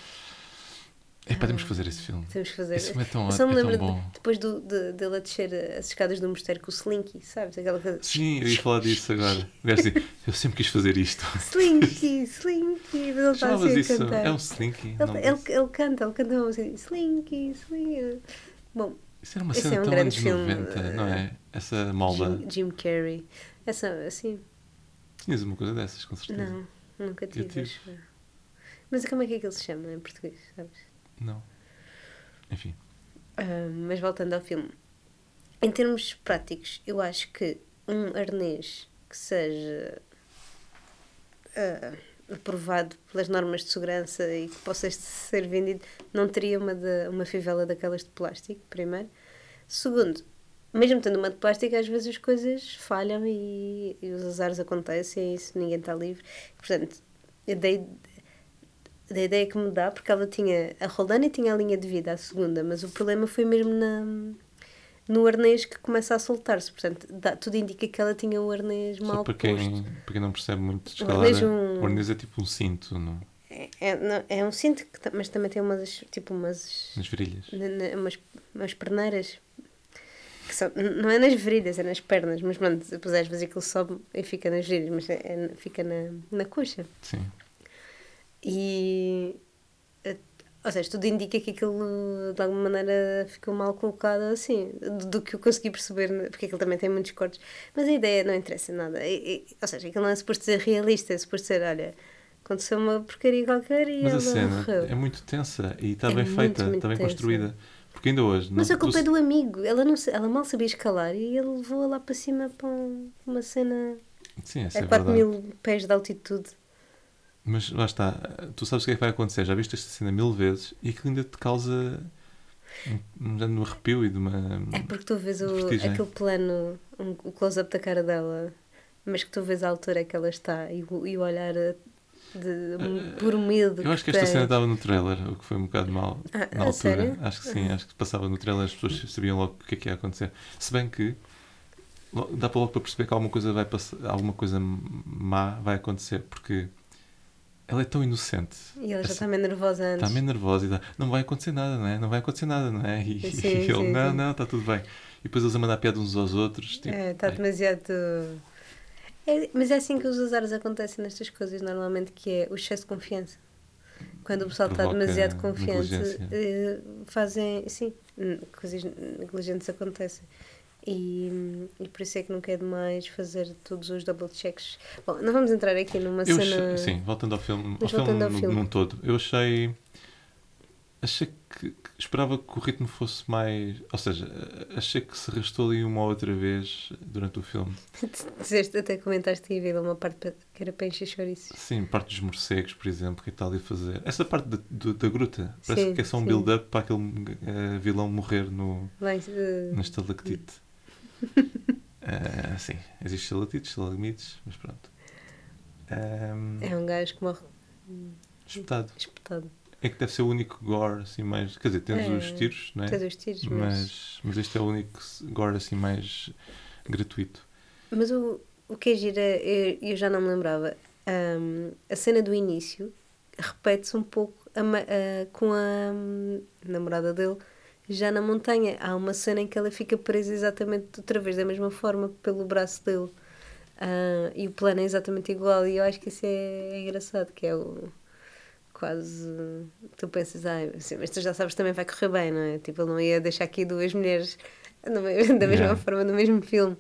É para temos que fazer esse filme. Temos que fazer. Esse filme é tão, Eu só me é lembro tão bom. de- depois do, de, dele a descer as escadas do mosteiro com o Slinky, sabes? Aquela coisa. Sim, eu ia falar disso agora. O gajo dizia, eu sempre quis fazer isto. Slinky, Slinky, mas ele está Chamavas assim a isso? cantar. É um Slinky? Ele, Não ele, disse. ele canta, ele canta uma música assim, Slinky, Slinky. Bom, Isso era uma esse cena é um tão grande anos filme, noventa, não é? Essa malda. Jim, Jim Carrey. Essa, assim, Tinhas uma coisa dessas, com certeza. não, nunca tive. tive. acho eu. Mas como é que é que ele se chama em português, sabes? Não. Enfim. Ah, mas voltando ao filme, em termos práticos, eu acho que um arnês que seja ah, aprovado pelas normas de segurança e que possa ser vendido, não teria uma, de, uma fivela daquelas de plástico, primeiro. Segundo, mesmo tendo uma de plástico, às vezes as coisas falham e, e os azares acontecem e isso ninguém está livre. Portanto, eu dei da ideia que me dá, porque ela tinha a roldana e tinha a linha de vida, a segunda, mas o problema foi mesmo na, no arnês que começa a soltar-se, portanto, dá, tudo indica que ela tinha o arnês mal para posto. Quem, para quem não percebe muito de escalada, o arnês, um, o arnês é tipo um cinto, não? É, é, não, é um cinto, que, mas também tem umas, tipo umas... Nas virilhas. Na, na, umas, umas perneiras, que são, não é nas virilhas, é nas pernas, mas pronto, depois às vezes aquilo sobe e fica nas virilhas, mas é, é, fica na, na coxa. Sim. E, ou seja, tudo indica que aquilo de alguma maneira ficou mal colocado assim, do, do que eu consegui perceber, porque aquilo também tem muitos cortes, mas a ideia não interessa nada. E, e, ou seja, aquilo não é suposto ser realista, é suposto ser, olha, aconteceu uma porcaria qualquer e mas ela a cena morreu. É muito tensa e está É bem muito, feita, muito está bem tensa. construída. Porque ainda hoje... Mas não, a culpa tu... é do amigo, ela, não, ela mal sabia escalar e ele levou lá para cima para um, uma cena Sim, essa a é quatro verdade. mil pés de altitude. Mas lá está, tu sabes o que é que vai acontecer, já viste esta cena mil vezes e aquilo ainda te causa um, um, um arrepio e de uma... É porque tu vês o, vertigem. aquele plano, um, o close-up da cara dela, mas que tu vês a altura que ela está e o, e o olhar de um puro medo. Eu acho que que esta tem. cena estava no trailer, o que foi um bocado mal Ah, na a altura. sério? Acho que sim, acho que passava no trailer, as pessoas sabiam logo o que é que ia acontecer. Se bem que lo- dá para logo para perceber que alguma coisa vai passar, alguma coisa má vai acontecer, porque ela é tão inocente. E ela já Essa- está meio nervosa antes. Está meio nervosa e dá, não vai acontecer nada, não é? Não vai acontecer nada, não é? E, Sim, e ele, sim, não, sim. não, está tudo bem. E depois eles a mandar piada uns aos outros. Tipo, É, está ai, demasiado... É, mas é assim que os azares acontecem nestas coisas, normalmente, que é o excesso de confiança. Quando o pessoal está Provoca demasiado confiante, negligência. eh, fazem, sim, n- coisas negligentes acontecem. E, e por isso é que não quer demais fazer todos os double checks. Bom, não vamos entrar aqui numa eu cena... achei- sim, voltando ao filme, ao Mas filme, voltando ao no- filme. num todo, eu achei achei que, que esperava que o ritmo fosse mais, ou seja, achei que se arrastou ali uma ou outra vez durante o filme. Dizeste, até comentaste que havia uma parte pa- que era para encher chouriços. Sim, parte dos morcegos, por exemplo, que está ali a fazer. Essa parte da, do- da gruta, parece Sim, que é só um sim. build-up para aquele eh, vilão morrer no, Bem, eh, na estalactite. Eh, sim, existem estalactites, estalagmites, mas pronto. Ahm, é um gajo que morre espetado. espetado. É que deve ser o único gore assim mais. Quer dizer, tens É, os tiros, não é? Tens os tiros, mas... Mas, mas este é o único gore assim mais gratuito. Mas o, o que é giro é, eu, eu já não me lembrava, hum, a cena do início repete-se um pouco a ma- a- com a hum, namorada dele já na montanha. Há uma cena em que ela fica presa exatamente outra vez da mesma forma pelo braço dele. Ah, e o plano é exatamente igual e eu acho que isso é, engraçado, que é o quase, tu pensas, ah, assim, mas tu já sabes que também vai correr bem, não é? Tipo, ele não ia deixar aqui duas mulheres no me- da mesma Yeah. forma no mesmo filme.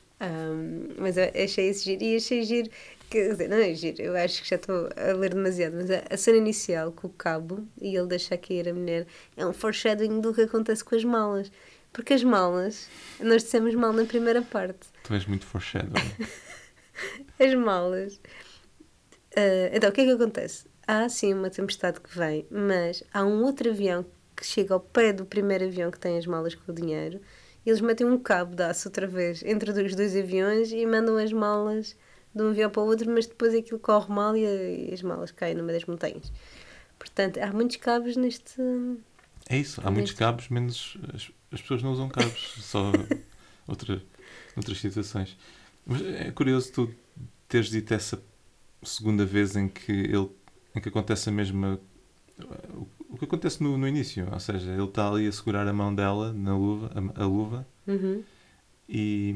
Um, mas eu achei isso giro e achei giro, quer dizer, não é giro, eu acho que já estou a ler demasiado, mas a, a cena inicial com o cabo e ele deixar cair a mulher é um foreshadowing do que acontece com as malas, porque as malas, nós dissemos mal na primeira parte, Tu és muito foreshadowing. as malas. Ah, então, o que é que acontece? Há sim uma tempestade que vem, mas há um outro avião que chega ao pé do primeiro avião que tem as malas com o dinheiro e eles metem um cabo de aço outra vez entre os dois aviões e mandam as malas de um avião para o outro, mas depois aquilo corre mal e, a- e as malas caem no meio das montanhas. Portanto, há muitos cabos neste... É isso, há muitos cabos, menos as, as pessoas não usam cabos, só outra, outras situações. Mas é curioso tu teres dito essa segunda vez em que ele em que acontece a mesma o, o que acontece no, no início, ou seja, ele está ali a segurar a mão dela na luva, a, a luva Uhum. e,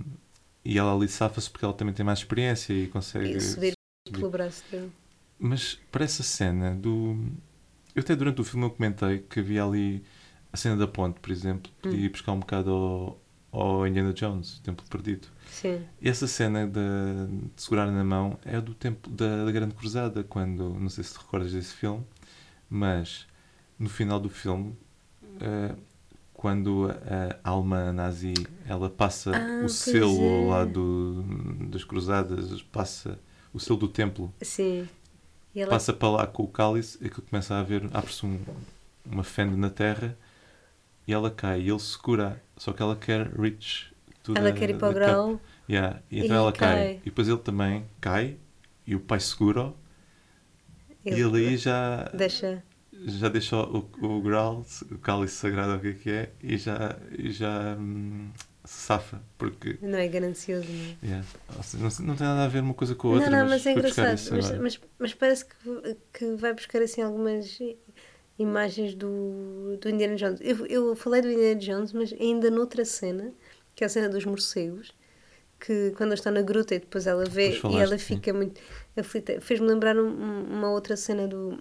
e ela ali safa-se porque ela também tem mais experiência e consegue E subir subir. pelo braço dele. Mas para essa cena do... Eu até durante o filme eu comentei que havia ali a cena da ponte, por exemplo, podia ir buscar um bocado ao, ao Indiana Jones, o Templo Perdido. Sim. E essa cena de, de segurar na mão é do tempo da, da Grande Cruzada, quando, não sei se te recordas desse filme, mas no final do filme, uh, quando a, a alma nazi ela passa Ah, o pois selo é. ao lado das cruzadas, passa o selo do templo. Sim. E ela... passa para lá com o cálice e que começa a haver, abre-se um, uma fenda na terra e ela cai e ele segura, só que ela quer reach to Ela the, quer ir para o the grau. cup. Yeah. E então E ela cai. cai. E depois ele também cai e o pai segura-o e ele aí já deixa, já deixa o, o grau, o cálice sagrado, o que é que é, e já, e já hum, se safa, porque não é ganancioso, não é? yeah, ou seja, não, não tem nada a ver uma coisa com a outra, não, não, mas, mas é fui buscar engraçado. isso Mas, agora. mas, mas parece que, que vai buscar assim algumas imagens do, do Indiana Jones. Eu, eu falei do Indiana Jones, mas ainda noutra cena, que é a cena dos morcegos, que quando eles estão na gruta e depois ela vê Depois falaste, e ela sim. fica muito aflita. Fez-me lembrar um- uma outra cena do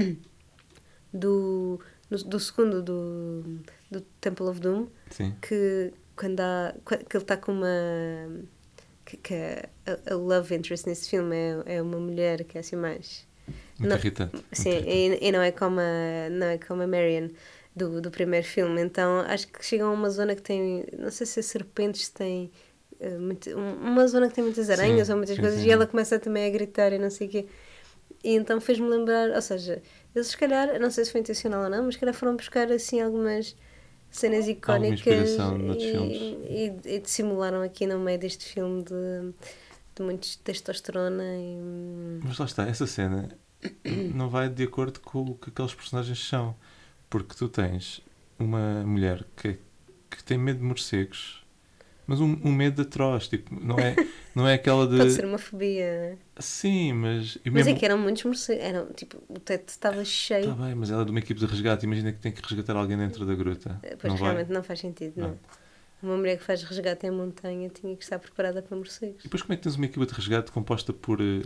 do, do, do segundo do, do Temple of Doom, Sim. que quando há, que ele está com uma que, que a, a love interest nesse filme é, é uma mulher que é assim mais Muito não, irritante. muito sim, irritante. e, e não é como a, não é como a Marion do, do primeiro filme, então acho que chegam a uma zona que tem, não sei se as serpentes têm uh, muito, um- uma zona que tem muitas aranhas Sim, ou muitas sim, coisas sim. e ela começa também a gritar e não sei o quê, e então fez-me lembrar, ou seja, eles se calhar, não sei se foi intencional ou não, mas se calhar foram buscar assim algumas cenas icónicas inspiração noutros filmes. e, e, e dissimularam aqui no meio deste filme de, de muitos testosterona e... Mas lá está, essa cena não vai de acordo com o que aqueles personagens são, porque tu tens uma mulher que, que tem medo de morcegos, mas um, um medo atroz, tipo, não é, não é aquela de... Pode ser uma fobia. Sim, mas... e Mas mesmo... é que eram muitos morcegos. Eram, tipo, o teto estava cheio. Tá bem, mas ela é de uma equipe de resgate, imagina que tem que resgatar alguém dentro da gruta. Pois não realmente vai? não faz sentido, não. Não. Uma mulher que faz resgate em montanha tinha que estar preparada para E morcegos. depois como é que tens uma equipa de resgate composta por eh,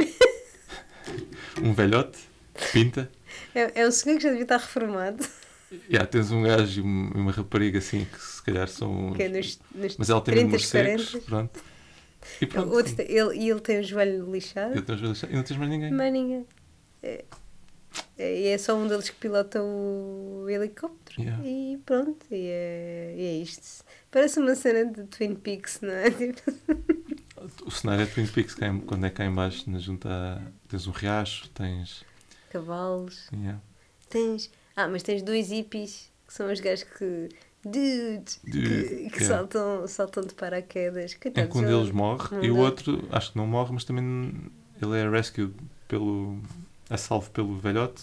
um velhote, pinta, É, é um senhor que já devia estar reformado. e yeah, tens um gajo e um- e uma rapariga assim que se calhar são uns... Que é nos, nos Mas ela tem medo de trinta, morcegos, quarenta. pronto. E O pronto. outro, tem- ele, e ele tem o joelho lixado. Eu tenho os velhos- E não tens mais ninguém. Mais ninguém. É, é, e é só um deles que pilota o helicóptero. Yeah. E pronto, e é, e é isto. Parece uma cena de Twin Peaks, não é? Tipo, O cenário é Twin Peaks, cá em- quando é cá em baixo, na junta a- tens um riacho, tens... cavalos. Yeah. Tens. Ah, mas tens dois hippies que são os gajos que. Dude! Dude, que, que yeah. saltam, saltam de paraquedas. Em Coitados, que um eu- deles morre não e o dá. outro, acho que não morre, mas também ele é rescued pelo... é salvo pelo velhote.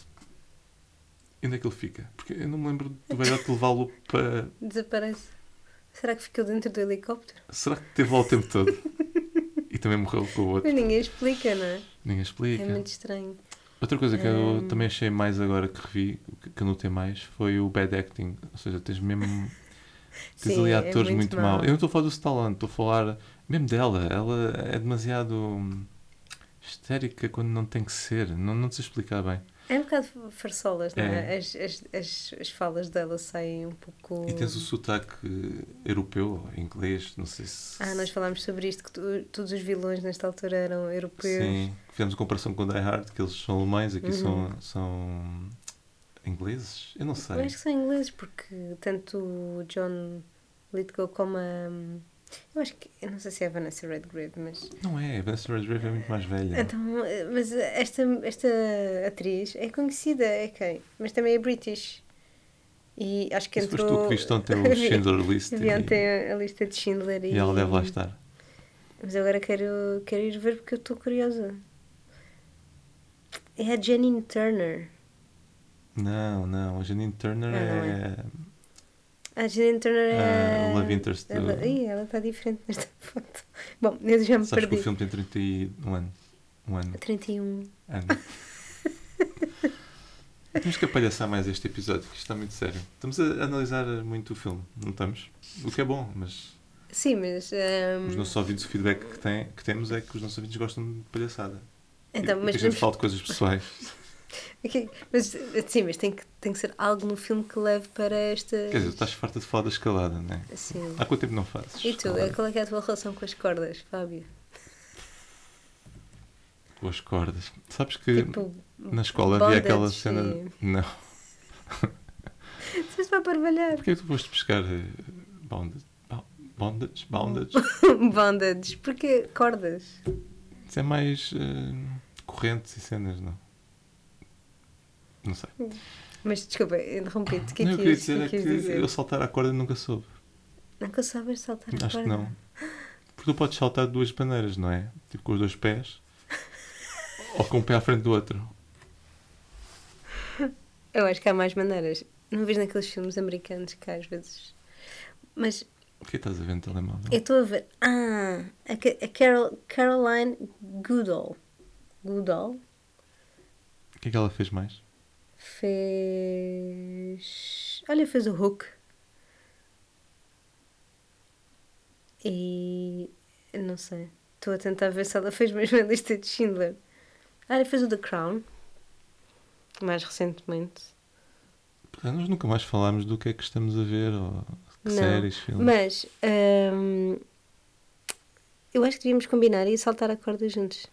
E onde é que ele fica? Porque eu não me lembro do velhote levá-lo para... Desaparece. Será que ficou dentro do helicóptero? Será que teve lá o tempo todo? E também morreu com o outro? Mas ninguém explica, não é? Ninguém explica. É muito estranho. Outra coisa que Hum. eu também achei mais agora que revi, que, que anotei mais, foi o bad acting. Ou seja, tens mesmo... Tens Sim, ali é atores muito muito mal. mau. Eu não estou a falar do Stallone, estou a falar mesmo dela. Ela é demasiado hum, histérica quando não tem que ser. Não, não te sei explicar bem. É um bocado farsolas, não é? É. As, as, as, as falas dela saem um pouco. E tens o sotaque europeu, inglês, não sei se... Ah, nós falámos sobre isto, que tu- todos os vilões nesta altura eram europeus. Sim, fizemos comparação com Die Hard, que eles são alemães, aqui Uhum. são, são ingleses? Eu não Eu sei. acho que são ingleses, porque tanto o John Lithgow como a. Eu acho que. Eu não sei se é a Vanessa Redgrave, mas. Não é, a Vanessa Redgrave é muito mais velha. Então, mas esta, esta atriz é conhecida, é quem? Mas também é British. E acho que E se foste entrou. tu que viste ontem o Schindler List Vi ontem e, a, a lista de Schindler e, e ela deve lá estar. Mas agora quero, quero ir ver porque eu estou curiosa. É a Janine Turner. Não, não, a Janine Turner Ah, não é... A Janine Turner é. A love interest do- Ela, ih, ela está diferente nesta foto. Bom, eu já me Sabes que perdi. o filme tem trinta e um anos. Um ano. trinta e um. ano. Temos que apalhaçar mais este episódio, que isto está muito sério. Estamos a analisar muito o filme, não estamos? O que é bom, mas Sim, mas. ehm, os nossos ouvintes, o feedback que, tem, que temos é que os nossos ouvintes gostam de palhaçada. Então, e, mas e que a gente vamos- fala de coisas pessoais. Ok, mas, sim, mas tem que, tem que ser algo no filme que leve para esta. Quer dizer, tu estás farta de falar da escalada, não é? Sim. Há quanto tempo não fazes? E tu, escalada? qual é que é a tua relação com as cordas, Fábio? Com as cordas. Sabes que Tipo, na escola havia aquela bondage cena... e- Não. Vocês vão barbalhar. Porquê é que tu foste pescar eh, bondage? Bo- Bondage? Bondage? Bondage. Porque cordas. Isso é mais eh, correntes e cenas, não? Não sei. Mas desculpa, interrompi-te. O que é Não, eu que queria ias- dizer que é é que que ias dizer? eu saltar a corda nunca soube. Nunca sabes saltar a Acho que corda? não. Porque tu podes saltar de duas maneiras, não é? Tipo com os dois pés ou com um pé à frente do outro. Eu acho que há mais maneiras. Não vês naqueles filmes americanos que há às vezes. Mas O que estás a ver no telemóvel? eu estou a ver. Ah, a, Ca- a Carol, Caroline Goodall. Goodall O que é que ela fez mais? fez. Olha, fez o Hook. E. eu não sei. Estou a tentar ver se ela fez mesmo a lista de Schindler. Ah, ele fez o The Crown. Mais recentemente. Portanto, nós nunca mais falámos do que é que estamos a ver, ou que Não, séries, filmes. mas hum, eu acho que devíamos combinar e saltar a corda juntos.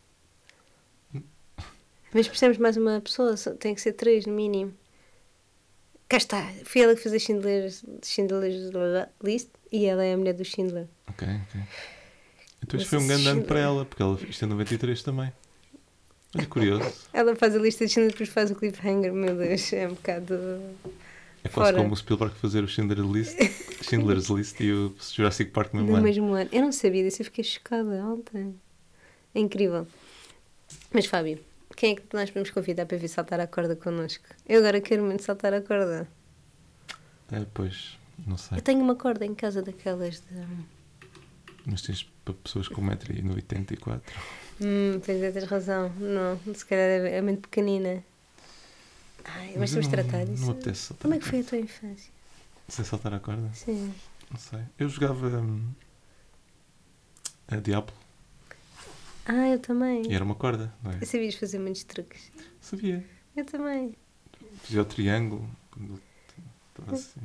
Mas precisamos de mais uma pessoa, só- tem que ser três no mínimo. Cá está, foi ela que fez a Schindler's, Schindler's List e ela é a mulher do Schindler. Ok, ok. Então Mas isto foi um esse grande ano Schindler- para ela, porque ela, isto é noventa e três também. Olha, curioso. Ela faz a lista de Schindler e depois faz o cliffhanger, meu Deus, é um bocado. É quase Fora. como o Spielberg fazer o Schindler's List, Schindler's List e o Jurassic Park no No mesmo ano. mesmo ano. Eu não sabia disso, eu fiquei chocada ontem. É incrível. Mas Fábio, quem é que nós podemos convidar para vir saltar a corda connosco? Eu agora quero muito saltar a corda. É, pois, não sei. Eu tenho uma corda em casa daquelas de. Mas tens para pessoas com um metro e oitenta e quatro. Hum, tens, tens razão. Não, se calhar é, é muito pequenina. Ai, mas eu temos de não- tratar não disso. me apetece saltar Como é a que foi a tua infância? Sem saltar a corda? Sim. Não sei. Eu jogava hum, a Diablo Ah, eu também. e era uma corda, não é? Eu sabias fazer muitos truques. Sabia. Eu também. Fazia o triângulo. Quando estava assim.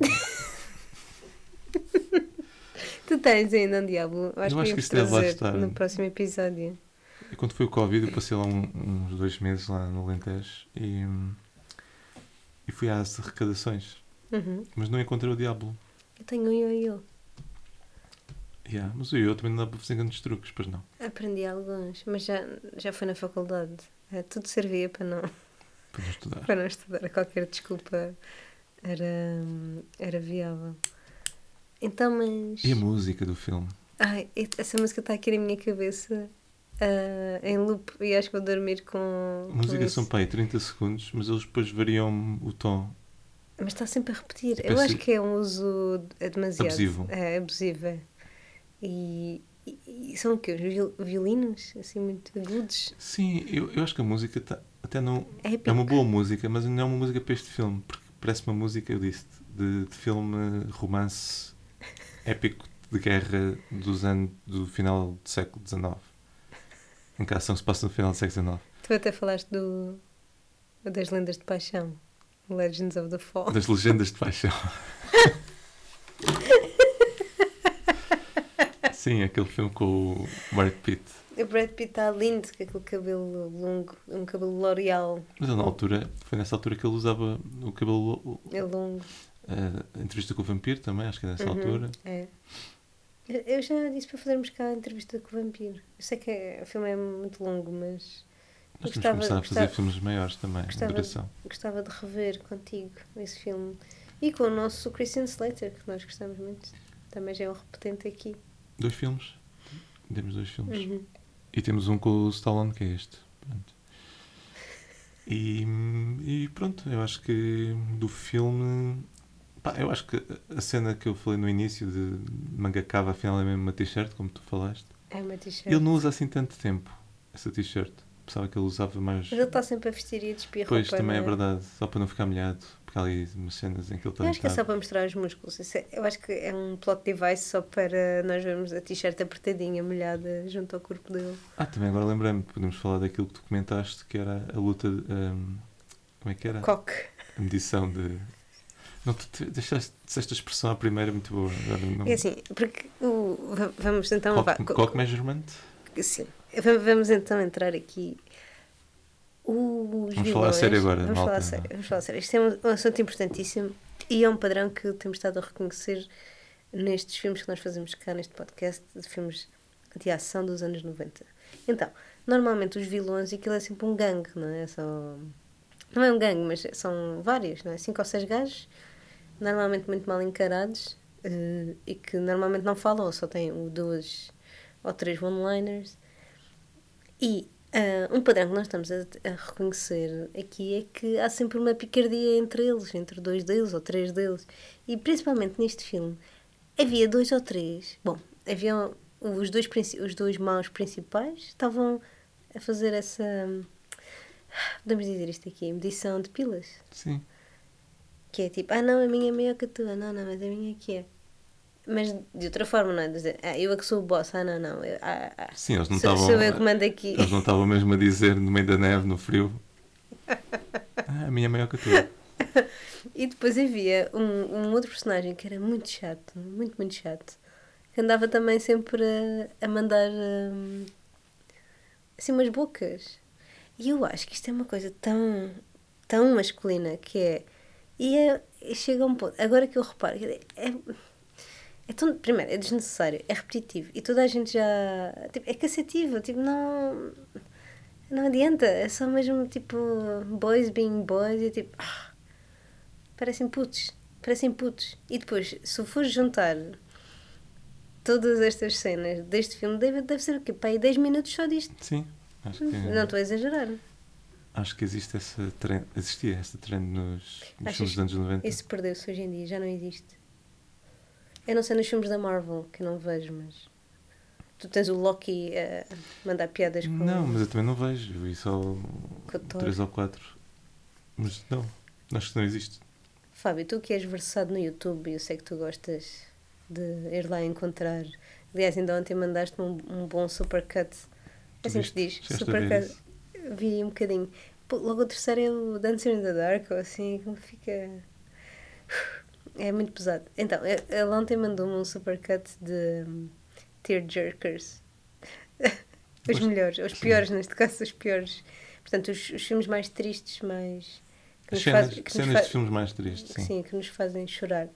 Tu tens ainda um diabo. Acho Eu que acho que íamos isso deve lá trazer estar. no próximo episódio. E quando foi o Covid, eu passei lá um- uns dois meses lá no Alentejo e, hum, e fui às arrecadações. Uhum. Mas não encontrei o Diablo. Eu tenho um ioiô. Yeah, mas o eu também não dá para fazer grandes truques, pois não. Aprendi alguns, mas já, já foi na faculdade. É, tudo servia para não, Para não estudar. para não estudar. Qualquer desculpa era, era viável. Então, mas. E a música do filme? Ai, essa música está aqui na minha cabeça ah, em loop e acho que vou dormir com. A com música isso. são para aí trinta segundos, mas eles depois variam o tom. Mas está sempre a repetir. Eu Parece- acho que é um uso é demasiado. Abusivo. É abusivo. É. E, e, e são o quê? Os viol- violinos? Assim, muito agudos. Sim, eu, eu acho que a música tá, até não. É É épico. uma boa música, mas não é uma música para este filme, porque parece uma música, eu disse, de, de filme romance épico de guerra dos anos do final do século dezenove. Em que a ação se passa no final do século dezenove. Tu até falaste do, das lendas de paixão. Legends of the Fall. Das legendas de paixão. Sim, aquele filme com o Brad Pitt. O Brad Pitt está lindo com aquele cabelo longo, um cabelo L'Oreal. Mas ele, na altura, foi nessa altura que ele usava o cabelo. É longo. A entrevista com o vampiro também, acho que é nessa Uhum, altura. É. Eu eu já disse para fazermos cá a entrevista com o vampiro. Eu sei que é- o filme é muito longo, mas Nós temos que gostava- começar a fazer gostava- filmes maiores também, de gostava, duração. gostava de rever contigo esse filme. E com o nosso Christian Slater, que nós gostamos muito. Também já é um repetente aqui. Dois filmes. Temos dois filmes. Uhum. E temos um com o Stallone, que é este. Pronto. E, e pronto, eu acho que do filme. Pá, eu acho que a cena que eu falei no início de manga cava, afinal é mesmo uma t-shirt, como tu falaste. É uma t-shirt. Ele não usa assim tanto tempo essa t-shirt. Pensava que ele usava mais. Mas ele está sempre a vestir e a despir Pois, roupa, também é não verdade. Só para não ficar molhado. Porque há ali umas cenas em que ele está Eu acho que é só deitado. para mostrar os músculos. Isso é- Eu acho que é um plot device só para nós vermos a t-shirt apertadinha, molhada, junto ao corpo dele. Ah, também agora lembrei-me. Podemos falar daquilo que tu comentaste, que era a luta. de, hum, como é que era? Coque. A medição de. Não, tu te- deixaste esta expressão à primeira muito boa. Agora não... É assim, porque o, va- vamos então... vá, Cock, co- cock measurement? Sim. Va- Vamos então entrar aqui. Os Vamos falar a vilões- sério agora, Vamos malta. falar a sério. Vamos falar a sério. Isto é um, um assunto importantíssimo e é um padrão que temos estado a reconhecer nestes filmes que nós fazemos cá neste podcast, de filmes de ação dos anos noventa. Então, normalmente os vilões, aquilo é sempre um gangue, não é? É só Não é um gangue, mas são vários, não é? Cinco ou seis gajos, normalmente muito mal encarados, uh, e que normalmente não falam, ou só têm duas ou três one-liners. E uh, um padrão que nós estamos a, a reconhecer aqui é que há sempre uma picardia entre eles, entre dois deles ou três deles. E principalmente neste filme, havia dois ou três. Bom, havia os dois, os dois maus principais, estavam a fazer essa... Podemos dizer isto aqui, medição de pilas. Sim. Que é tipo, ah não, a minha é maior que a tua, não, não, mas a minha aqui é. Mas de outra forma, não é? Dizer, ah, eu é que sou o boss, ah não, não. Eu, ah, ah, Sim, eles não sou, estavam. sou eu que mando aqui. Eles não estavam mesmo a dizer no meio da neve, no frio. Ah, a minha é maior que a tua. E depois havia um, um outro personagem que era muito chato, muito, muito chato, que andava também sempre a, a mandar um, assim umas bocas. E eu acho que isto é uma coisa tão, tão masculina que é. E, é, e chega a um ponto. Agora que eu reparo, é, é tão. Primeiro, é desnecessário, é repetitivo. E toda a gente já. Tipo, é cansativo. Tipo, não. Não adianta. É só mesmo tipo. Boys being boys. E tipo. Ah, parecem putos. Parecem putos. E depois, se eu for juntar todas estas cenas deste filme, deve, deve ser o quê? Pá, aí dez minutos só disto. Sim. Acho que, não estou a exagerar. Acho que existe essa trend, existia essa trend nos, nos filmes dos anos noventa. Isso perdeu-se hoje em dia, já não existe. Eu não sei nos filmes da Marvel, que eu não vejo, mas tu tens o Loki a mandar piadas com... Não, mas eu também não vejo, eu vi só três ou quatro. Mas não, acho que não existe. Fábio, tu que és versado no YouTube, eu sei que tu gostas de ir lá encontrar. Aliás, ainda ontem mandaste-me um, um bom supercut. É assim que se diz, supercut. Vi um bocadinho. Pô, logo o terceiro é o Dancer in the Dark, ou assim, como fica... É muito pesado. Então, ele ontem mandou-me um supercut de um, Tearjerkers. Os melhores, os piores, sim. Neste caso, os piores. Portanto, os, os filmes mais tristes, mais... Que cenas faz, que cenas faz, de filmes mais tristes, sim. Sim, que nos fazem chorar.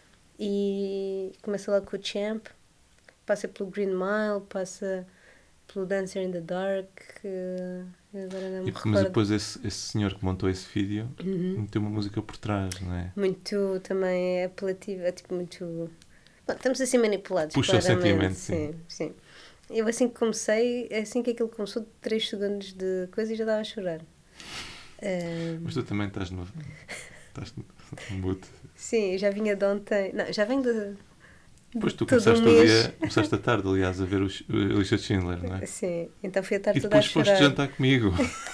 E começa lá com o Champ, passa pelo Green Mile, passa... pelo Dancer in the Dark, uh, agora não me e, recordo. Mas depois esse, esse senhor que montou esse vídeo, uhum. meteu uma música por trás, não é? Muito também apelativa, tipo muito... Bom, estamos assim manipulados. Puxa o sentimento, sim. sim. Sim. Eu assim que comecei, assim que aquilo começou, três segundos de coisa e já estava a chorar. Um... Mas tu também estás no... estás no mood. Sim, já vinha de ontem... Não, já venho de... Depois tu começaste, o dia, começaste a tarde, aliás, a ver o, o Lista de Schindler, não é? Sim, então fui a tarde e toda a chorar. depois foste jantar comigo.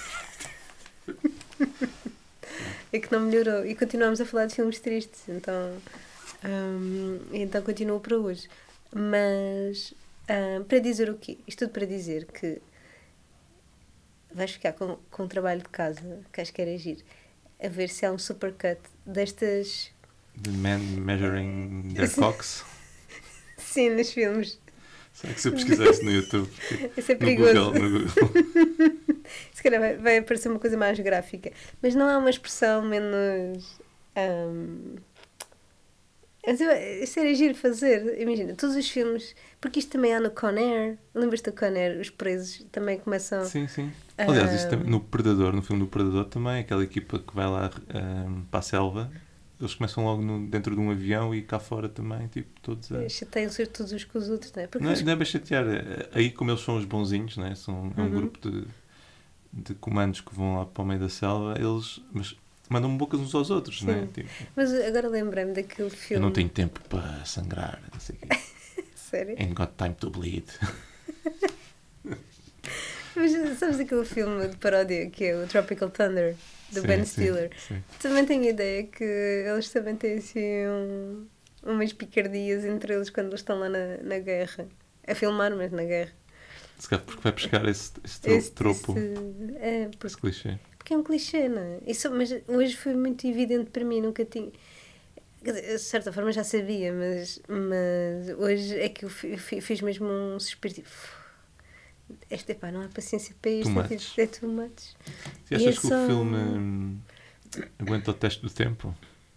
É que não melhorou. E continuamos a falar de filmes tristes, então, um, então continuo para hoje. Mas, um, para dizer o quê? Isto tudo para dizer que vais ficar com, com um trabalho de casa, que acho que era agir, a ver se há um supercut destas... The men measuring their cocks. Sim, nos filmes. Será que se eu pesquisar isso no YouTube? Isso é perigoso. No Google, no Google. Se calhar vai, vai aparecer uma coisa mais gráfica. Mas não há uma expressão menos... Um... Isso era giro fazer. Imagina, todos os filmes... Porque isto também há no Con Air. Lembras-te do Con Air? Os presos também começam... Sim, sim. Aliás, isso também, no Predador, no filme do Predador também, aquela equipa que vai lá um, para a selva... Eles começam logo no, dentro de um avião e cá fora também, tipo, todos a... Chateiam-se todos uns com os outros, não é? Porque não, eles... não é bem chatear. Aí, como eles são os bonzinhos, não é? São, é um uhum. grupo de, de comandos que vão lá para o meio da selva, eles mas mandam bocas uns aos outros, sim. não é? Tipo, mas agora lembrei-me daquele filme... Eu não tenho tempo para sangrar, não sei o quê. Sério? Ain't got time to bleed. Mas sabes aquele filme de paródia que é o Tropical Thunder? Do sim, Ben Stiller. Sim, sim. Também tenho a ideia que eles também têm assim um, umas picardias entre eles quando eles estão lá na, na guerra. A filmar, mas na guerra. Se calhar porque vai buscar esse, esse, tro- esse tropo. Esse, é, porque, esse clichê. Porque é um clichê, não é? Isso, mas hoje foi muito evidente para mim, nunca tinha... Quer dizer, de certa forma já sabia, mas, mas hoje é que eu fiz mesmo um suspiro tipo... Este, epá, não há paciência para isto, é, tipo, é too much. Se achas que só... o filme hum, aguenta o teste do tempo?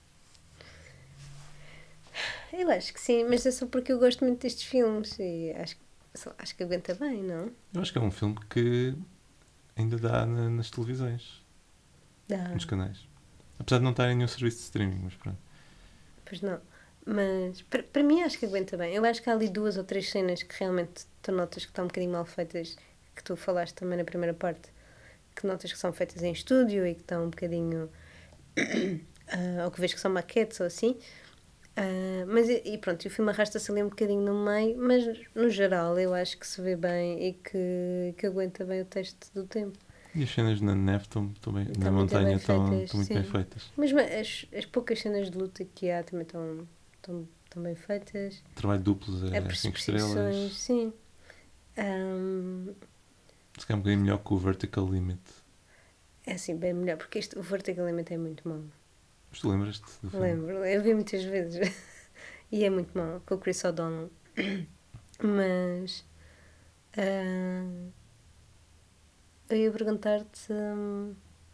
Eu acho que sim, mas é só porque eu gosto muito destes filmes e acho, acho que aguenta bem, não? Eu acho que é um filme que ainda dá na, nas televisões. Ah, nos canais. Apesar de não estarem em nenhum serviço de streaming, mas pronto. pois não. Mas para, para mim acho que aguenta bem. Eu acho que há ali duas ou três cenas que realmente tu notas que estão um bocadinho mal feitas, que tu falaste também na primeira parte, que notas que são feitas em estúdio e que estão um bocadinho uh, ou que vês que são maquetes ou assim. Uh, mas e e pronto, e o filme arrasta-se ali um bocadinho no meio, mas no geral eu acho que se vê bem e que, que aguenta bem o teste do tempo. E as cenas na neve estão, estão bem, Estão na muito montanha bem estão, feitas, estão muito bem sim. feitas. Mesmo as, as poucas cenas de luta que há também estão, estão, estão bem feitas. Trabalho duplos é As cinco perseguições, estrelas. sim. Um, Se calhar um bocadinho melhor que o Vertical Limit. é assim, bem melhor, porque este, o Vertical Limit é muito mau. Mas tu lembras-te do filme? Lembro, eu vi muitas vezes. E é muito mau, com o Chris O'Donnell. Mas. ah, eu ia perguntar-te. hum,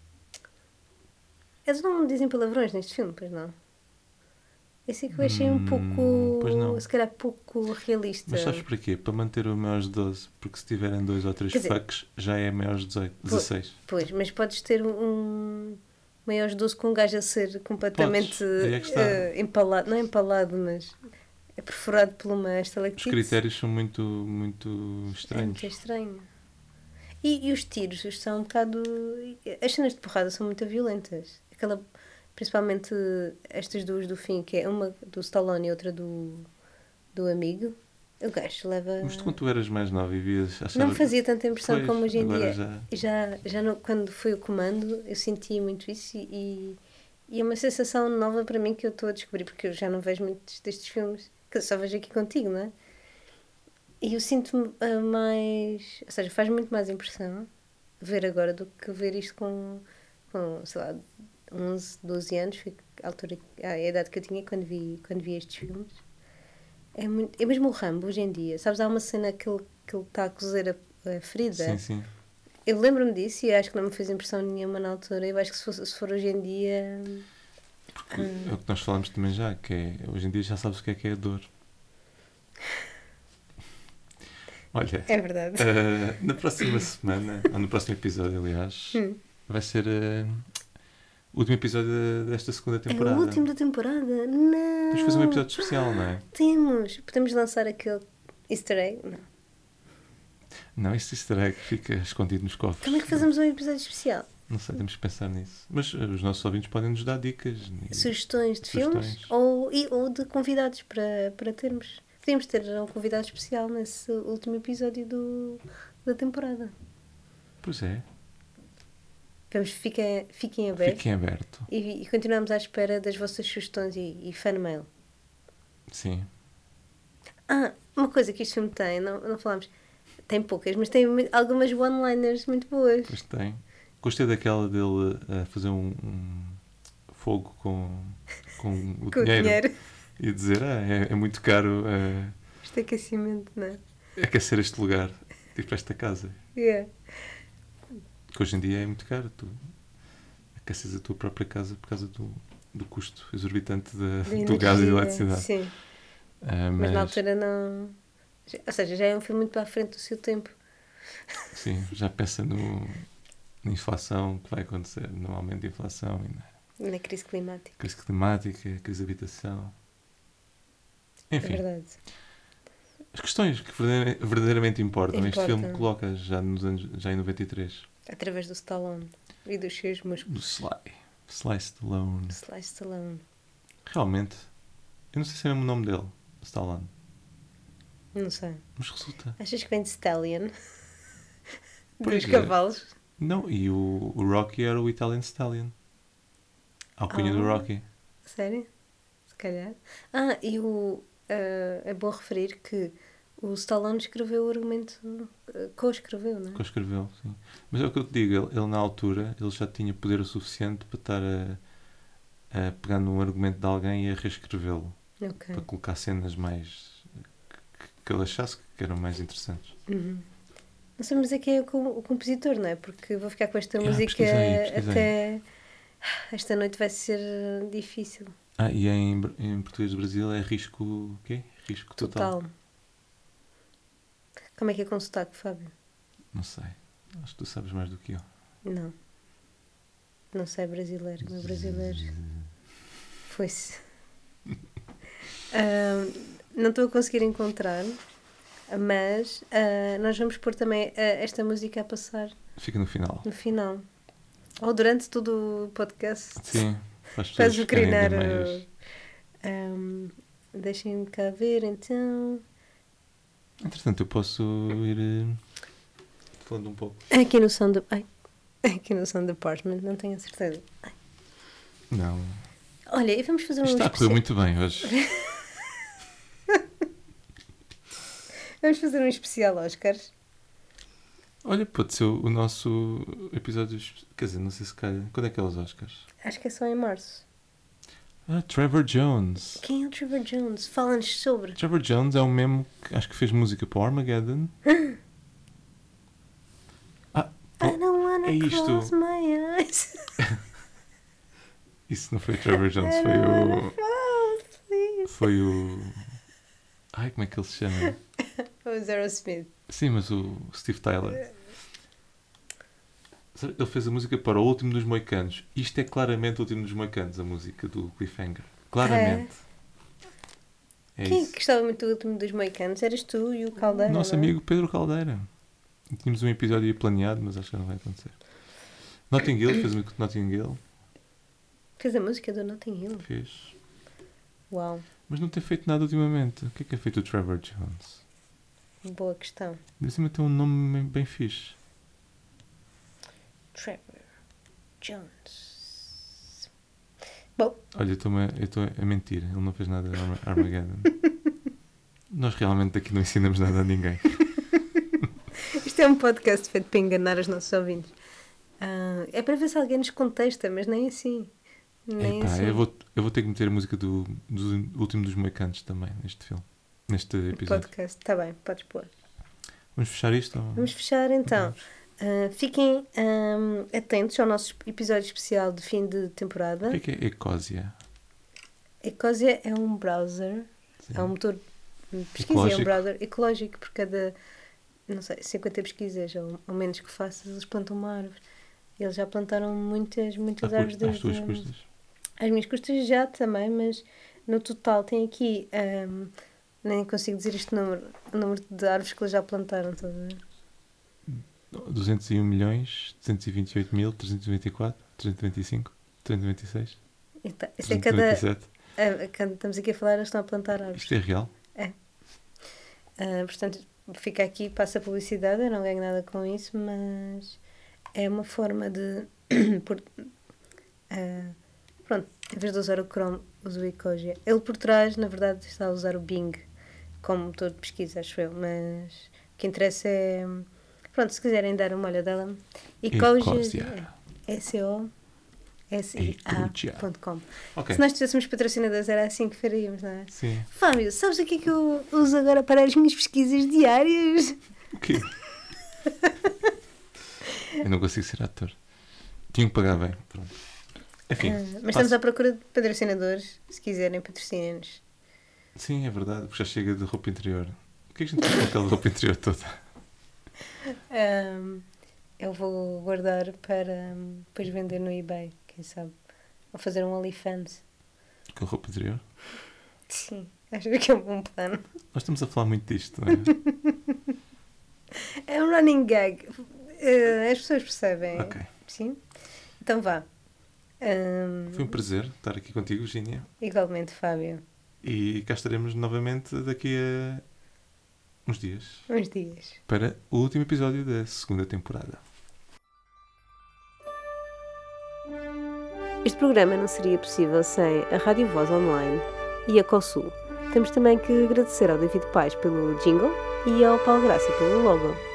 eles não dizem palavrões neste filme, pois não? Esse é que eu achei um Hum, pouco. pois não. Se calhar pouco realista. Mas sabes para quê? Para manter o maiores de doze. Porque se tiverem dois ou três Quer dizer- fucks, já é maiores de dezoito, dezasseis. Pois, mas podes ter um maiores doze com um gajo a ser completamente Podes, aí é que está. eh, empalado, não é empalado, mas é perforado por uma Os estalactite. critérios são muito, muito É estranhos. muito estranho. E, e os tiros, os são um bocado. As cenas de porrada são muito violentas. Aquela, principalmente estas duas do fim, que é uma do Stallone e outra do, do amigo. O gajo leva. Mas tu, quando tu eras mais nova e vias... Achava... Não fazia tanta impressão Pois, como hoje em agora dia. já- Já, já no, quando foi o comando, eu sentia muito isso e, e é uma sensação nova para mim que eu estou a descobrir, porque eu já não vejo muitos destes filmes, que eu só vejo aqui contigo, não é? E eu sinto-me ah, mais. Ou seja, faz muito mais impressão ver agora do que ver isto com, com sei lá, onze, doze anos, foi a, altura, a idade que eu tinha quando vi, quando vi estes filmes. É, muito, é mesmo o Rambo hoje em dia. Sabes, há uma cena que ele que ele está a cozer a, a ferida. Sim, sim. Eu lembro-me disso e acho que não me fez impressão nenhuma na altura. Eu acho que se for, se for hoje em dia. Porque é o que nós falamos também já, que é, hoje em dia já sabes o que é que é a dor. Olha, É verdade. eh, na próxima semana, ou no próximo episódio, aliás, Hum. vai ser eh, o último episódio desta segunda temporada. É o último da temporada. Não! Temos de fazer um episódio especial, não é? Temos! Podemos lançar aquele easter egg? Não. Não, este easter egg fica escondido nos cofres. Como é que fazemos um episódio especial? Não sei, temos que pensar nisso. Mas eh, os nossos ouvintes podem nos dar dicas. e- Sugestões de Sugestões. filmes ou, e, ou de convidados para, para termos. Podíamos ter um convidado especial nesse último episódio do, da temporada. Pois é, Vamos, fiquem, fiquem abertos fiquem aberto. e, e continuamos à espera das vossas sugestões e, e fan mail. Sim. Ah, uma coisa que este filme tem, não, não falámos, tem poucas, mas tem mu- algumas one-liners muito boas. Pois tem. Gostei daquela dele a fazer um, um fogo com, com o Com o dinheiro. dinheiro. E dizer, ah, é, é muito caro eh, Este aquecimento, não é? aquecer este lugar, tipo esta casa. Yeah. Que hoje em dia é muito caro. Tu aqueces a tua própria casa por causa do, do custo exorbitante de, Da do gás e da energia, eletricidade. Sim, Ah, mas... mas na altura não. Ou seja, já é um filme muito para a frente do seu tempo. sim, já pensa no, na inflação que vai acontecer, no aumento da inflação e na Na crise climática. crise climática, crise de habitação. É Enfim, verdade. as questões que verdadeiramente, verdadeiramente importam. Este Importam. filme coloca já, nos anos, já em noventa e três. Através do Stallone e dos seus músculos. Do Sly. Sly Stallone. Sly Stallone. Realmente, eu não sei se é mesmo o nome dele, Stallone. Não sei. Mas resulta. Achas que vem de Stallion? Pois Dos é. cavalos? Não, e o, o Rocky era o Italian Stallion. A alcunha do Ah. Rocky. Sério? Se calhar. Ah, e o. ah, é bom referir que o Stallone escreveu o argumento. Uh, co-escreveu, não é? Que ele escreveu, sim. Mas é o que eu te digo, ele, ele na altura ele já tinha poder o suficiente para estar a, a pegar num argumento de alguém e a reescrevê-lo. Ok. Para colocar cenas mais. que, que ele achasse que eram mais interessantes. Uhum. Não sei, mas é quem é o, com- o compositor, não é? Porque vou ficar com esta Ah, música pesquisei, pesquisei. até. Esta noite vai ser uh, difícil. Ah, e em, br- em português do Brasil é risco. O quê? Risco total. Total. Como é que é com sotaque, Fábio? Não sei. Acho que tu sabes mais do que eu. Não. Não sei brasileiro. O meu brasileiro foi-se. uh, não estou a conseguir encontrar, mas uh, nós vamos pôr também uh, esta música a passar. Fica no final. No final. Ou durante todo o podcast. Sim, para as pessoas ficarem acrinar. meias. Um, Deixem-me cá ver então. Entretanto, eu posso ir uh, falando um pouco. Aqui no Sound. Ai, aqui no Sound Department, não tenho a certeza. Ai. Não. Olha, e vamos fazer um. Isto está a correr muito bem hoje. Vamos fazer um especial Oscars. Olha, pode ser o nosso episódio. Quer dizer, não sei se calha. Quando é que é os Oscars? Acho que é só em março. Ah, Trevor Jones. Quem é o Trevor Jones? Fala-nos sobre. Trevor Jones é um memo que acho que fez música para o Armageddon. Ah, pô, I don't wanna é isto. close my eyes. Isso não foi o Trevor Jones, I foi don't wanna o. fall asleep. Foi o. Ai, como é que ele se chama? O Zero Smith. Sim, mas o Steve Tyler. Ele fez a música para o Último dos Moicanos. Isto é claramente o Último dos Moicanos, a música do Cliffhanger. Claramente. É, é Quem isso. que gostava muito do Último dos Moicanos? Eras tu e o Caldeira? Nosso não é? amigo Pedro Caldeira. Tínhamos um episódio aí planeado, mas acho que não vai acontecer. Notting Hill, fez a música de Notting Hill. Fez a música do Notting Hill? Fez. Uau, Mas não tem feito nada ultimamente. O que é que é feito o Trevor Jones? boa questão. De cima tem um nome bem, bem fixe. Trevor Jones. Bom, Olha, eu estou a, a mentir. Ele não fez nada de Arma- Armageddon. Nós realmente aqui não ensinamos nada a ninguém. isto é um podcast feito para enganar os nossos ouvintes. Ah, é para ver se alguém nos contesta, mas nem assim. Nem Epá, assim. eu, vou, eu vou ter que meter a música do, do Último dos Moicanos também neste filme. Neste episódio. Podcast, está bem, podes pôr. Vamos fechar isto? Ou... Vamos fechar então. Uh, fiquem um, atentos ao nosso episódio especial de fim de temporada. O que é que é Ecosia? Ecosia é um browser, Sim. é um motor de pesquisa, é Ecológico. um browser ecológico, por cada, não sei, cinquenta pesquisas ou, ou menos que faças, eles plantam uma árvore. Eles já plantaram muitas, muitas Ah, árvores às tuas desde... custas. As minhas custas já também, mas no total tem aqui, um, nem consigo dizer este número, o número de árvores que eles já plantaram, estás a ver? duzentos e um milhões, duzentos e vinte e oito mil, trezentos e noventa e quatro, trezentos e noventa e cinco, trezentos e noventa e seis, Então, isso é trezentos e cada... noventa e sete. a- a- quando estamos aqui a falar, eles estão a plantar árvores. Isto é real? Uh, portanto, fica aqui, passa a publicidade, eu não ganho nada com isso, mas é uma forma de... por, uh, pronto, em vez de usar o Chrome, uso o Ecosia. Ele por trás, na verdade, está a usar o Bing como motor de pesquisa, acho eu, mas o que interessa é... Pronto, se quiserem dar uma olhadela, Ecosia, S O S I A ponto com. Ok. Se nós tivéssemos patrocinadores, era assim que faríamos, não é? Sim. Fábio, sabes o que é que eu uso agora para as minhas pesquisas diárias? O quê? Eu não consigo ser ator. Tinha que pagar bem. Pronto. Enfim. Ah, mas passo- estamos à procura de patrocinadores, se quiserem, patrocinem-nos. Sim, é verdade. Porque já chega de roupa interior. O que é que a gente faz com aquela roupa interior toda? Um, eu vou guardar para um, depois vender no eBay, quem sabe? Ou fazer um OnlyFans. Com roupa interior? Sim, acho que é um bom plano. Nós estamos a falar muito disto, não é? É um running gag. Uh, as pessoas percebem. Ok. Sim? Então vá. Um, Foi um prazer estar aqui contigo, Virginia. igualmente, Fábio. E cá estaremos novamente daqui a uns dias Uns dias. para o último episódio da segunda temporada. Este programa não seria possível sem a Rádio Voz Online e a COSUL. Temos também que agradecer ao David Paz pelo jingle e ao Paulo Graça pelo logo.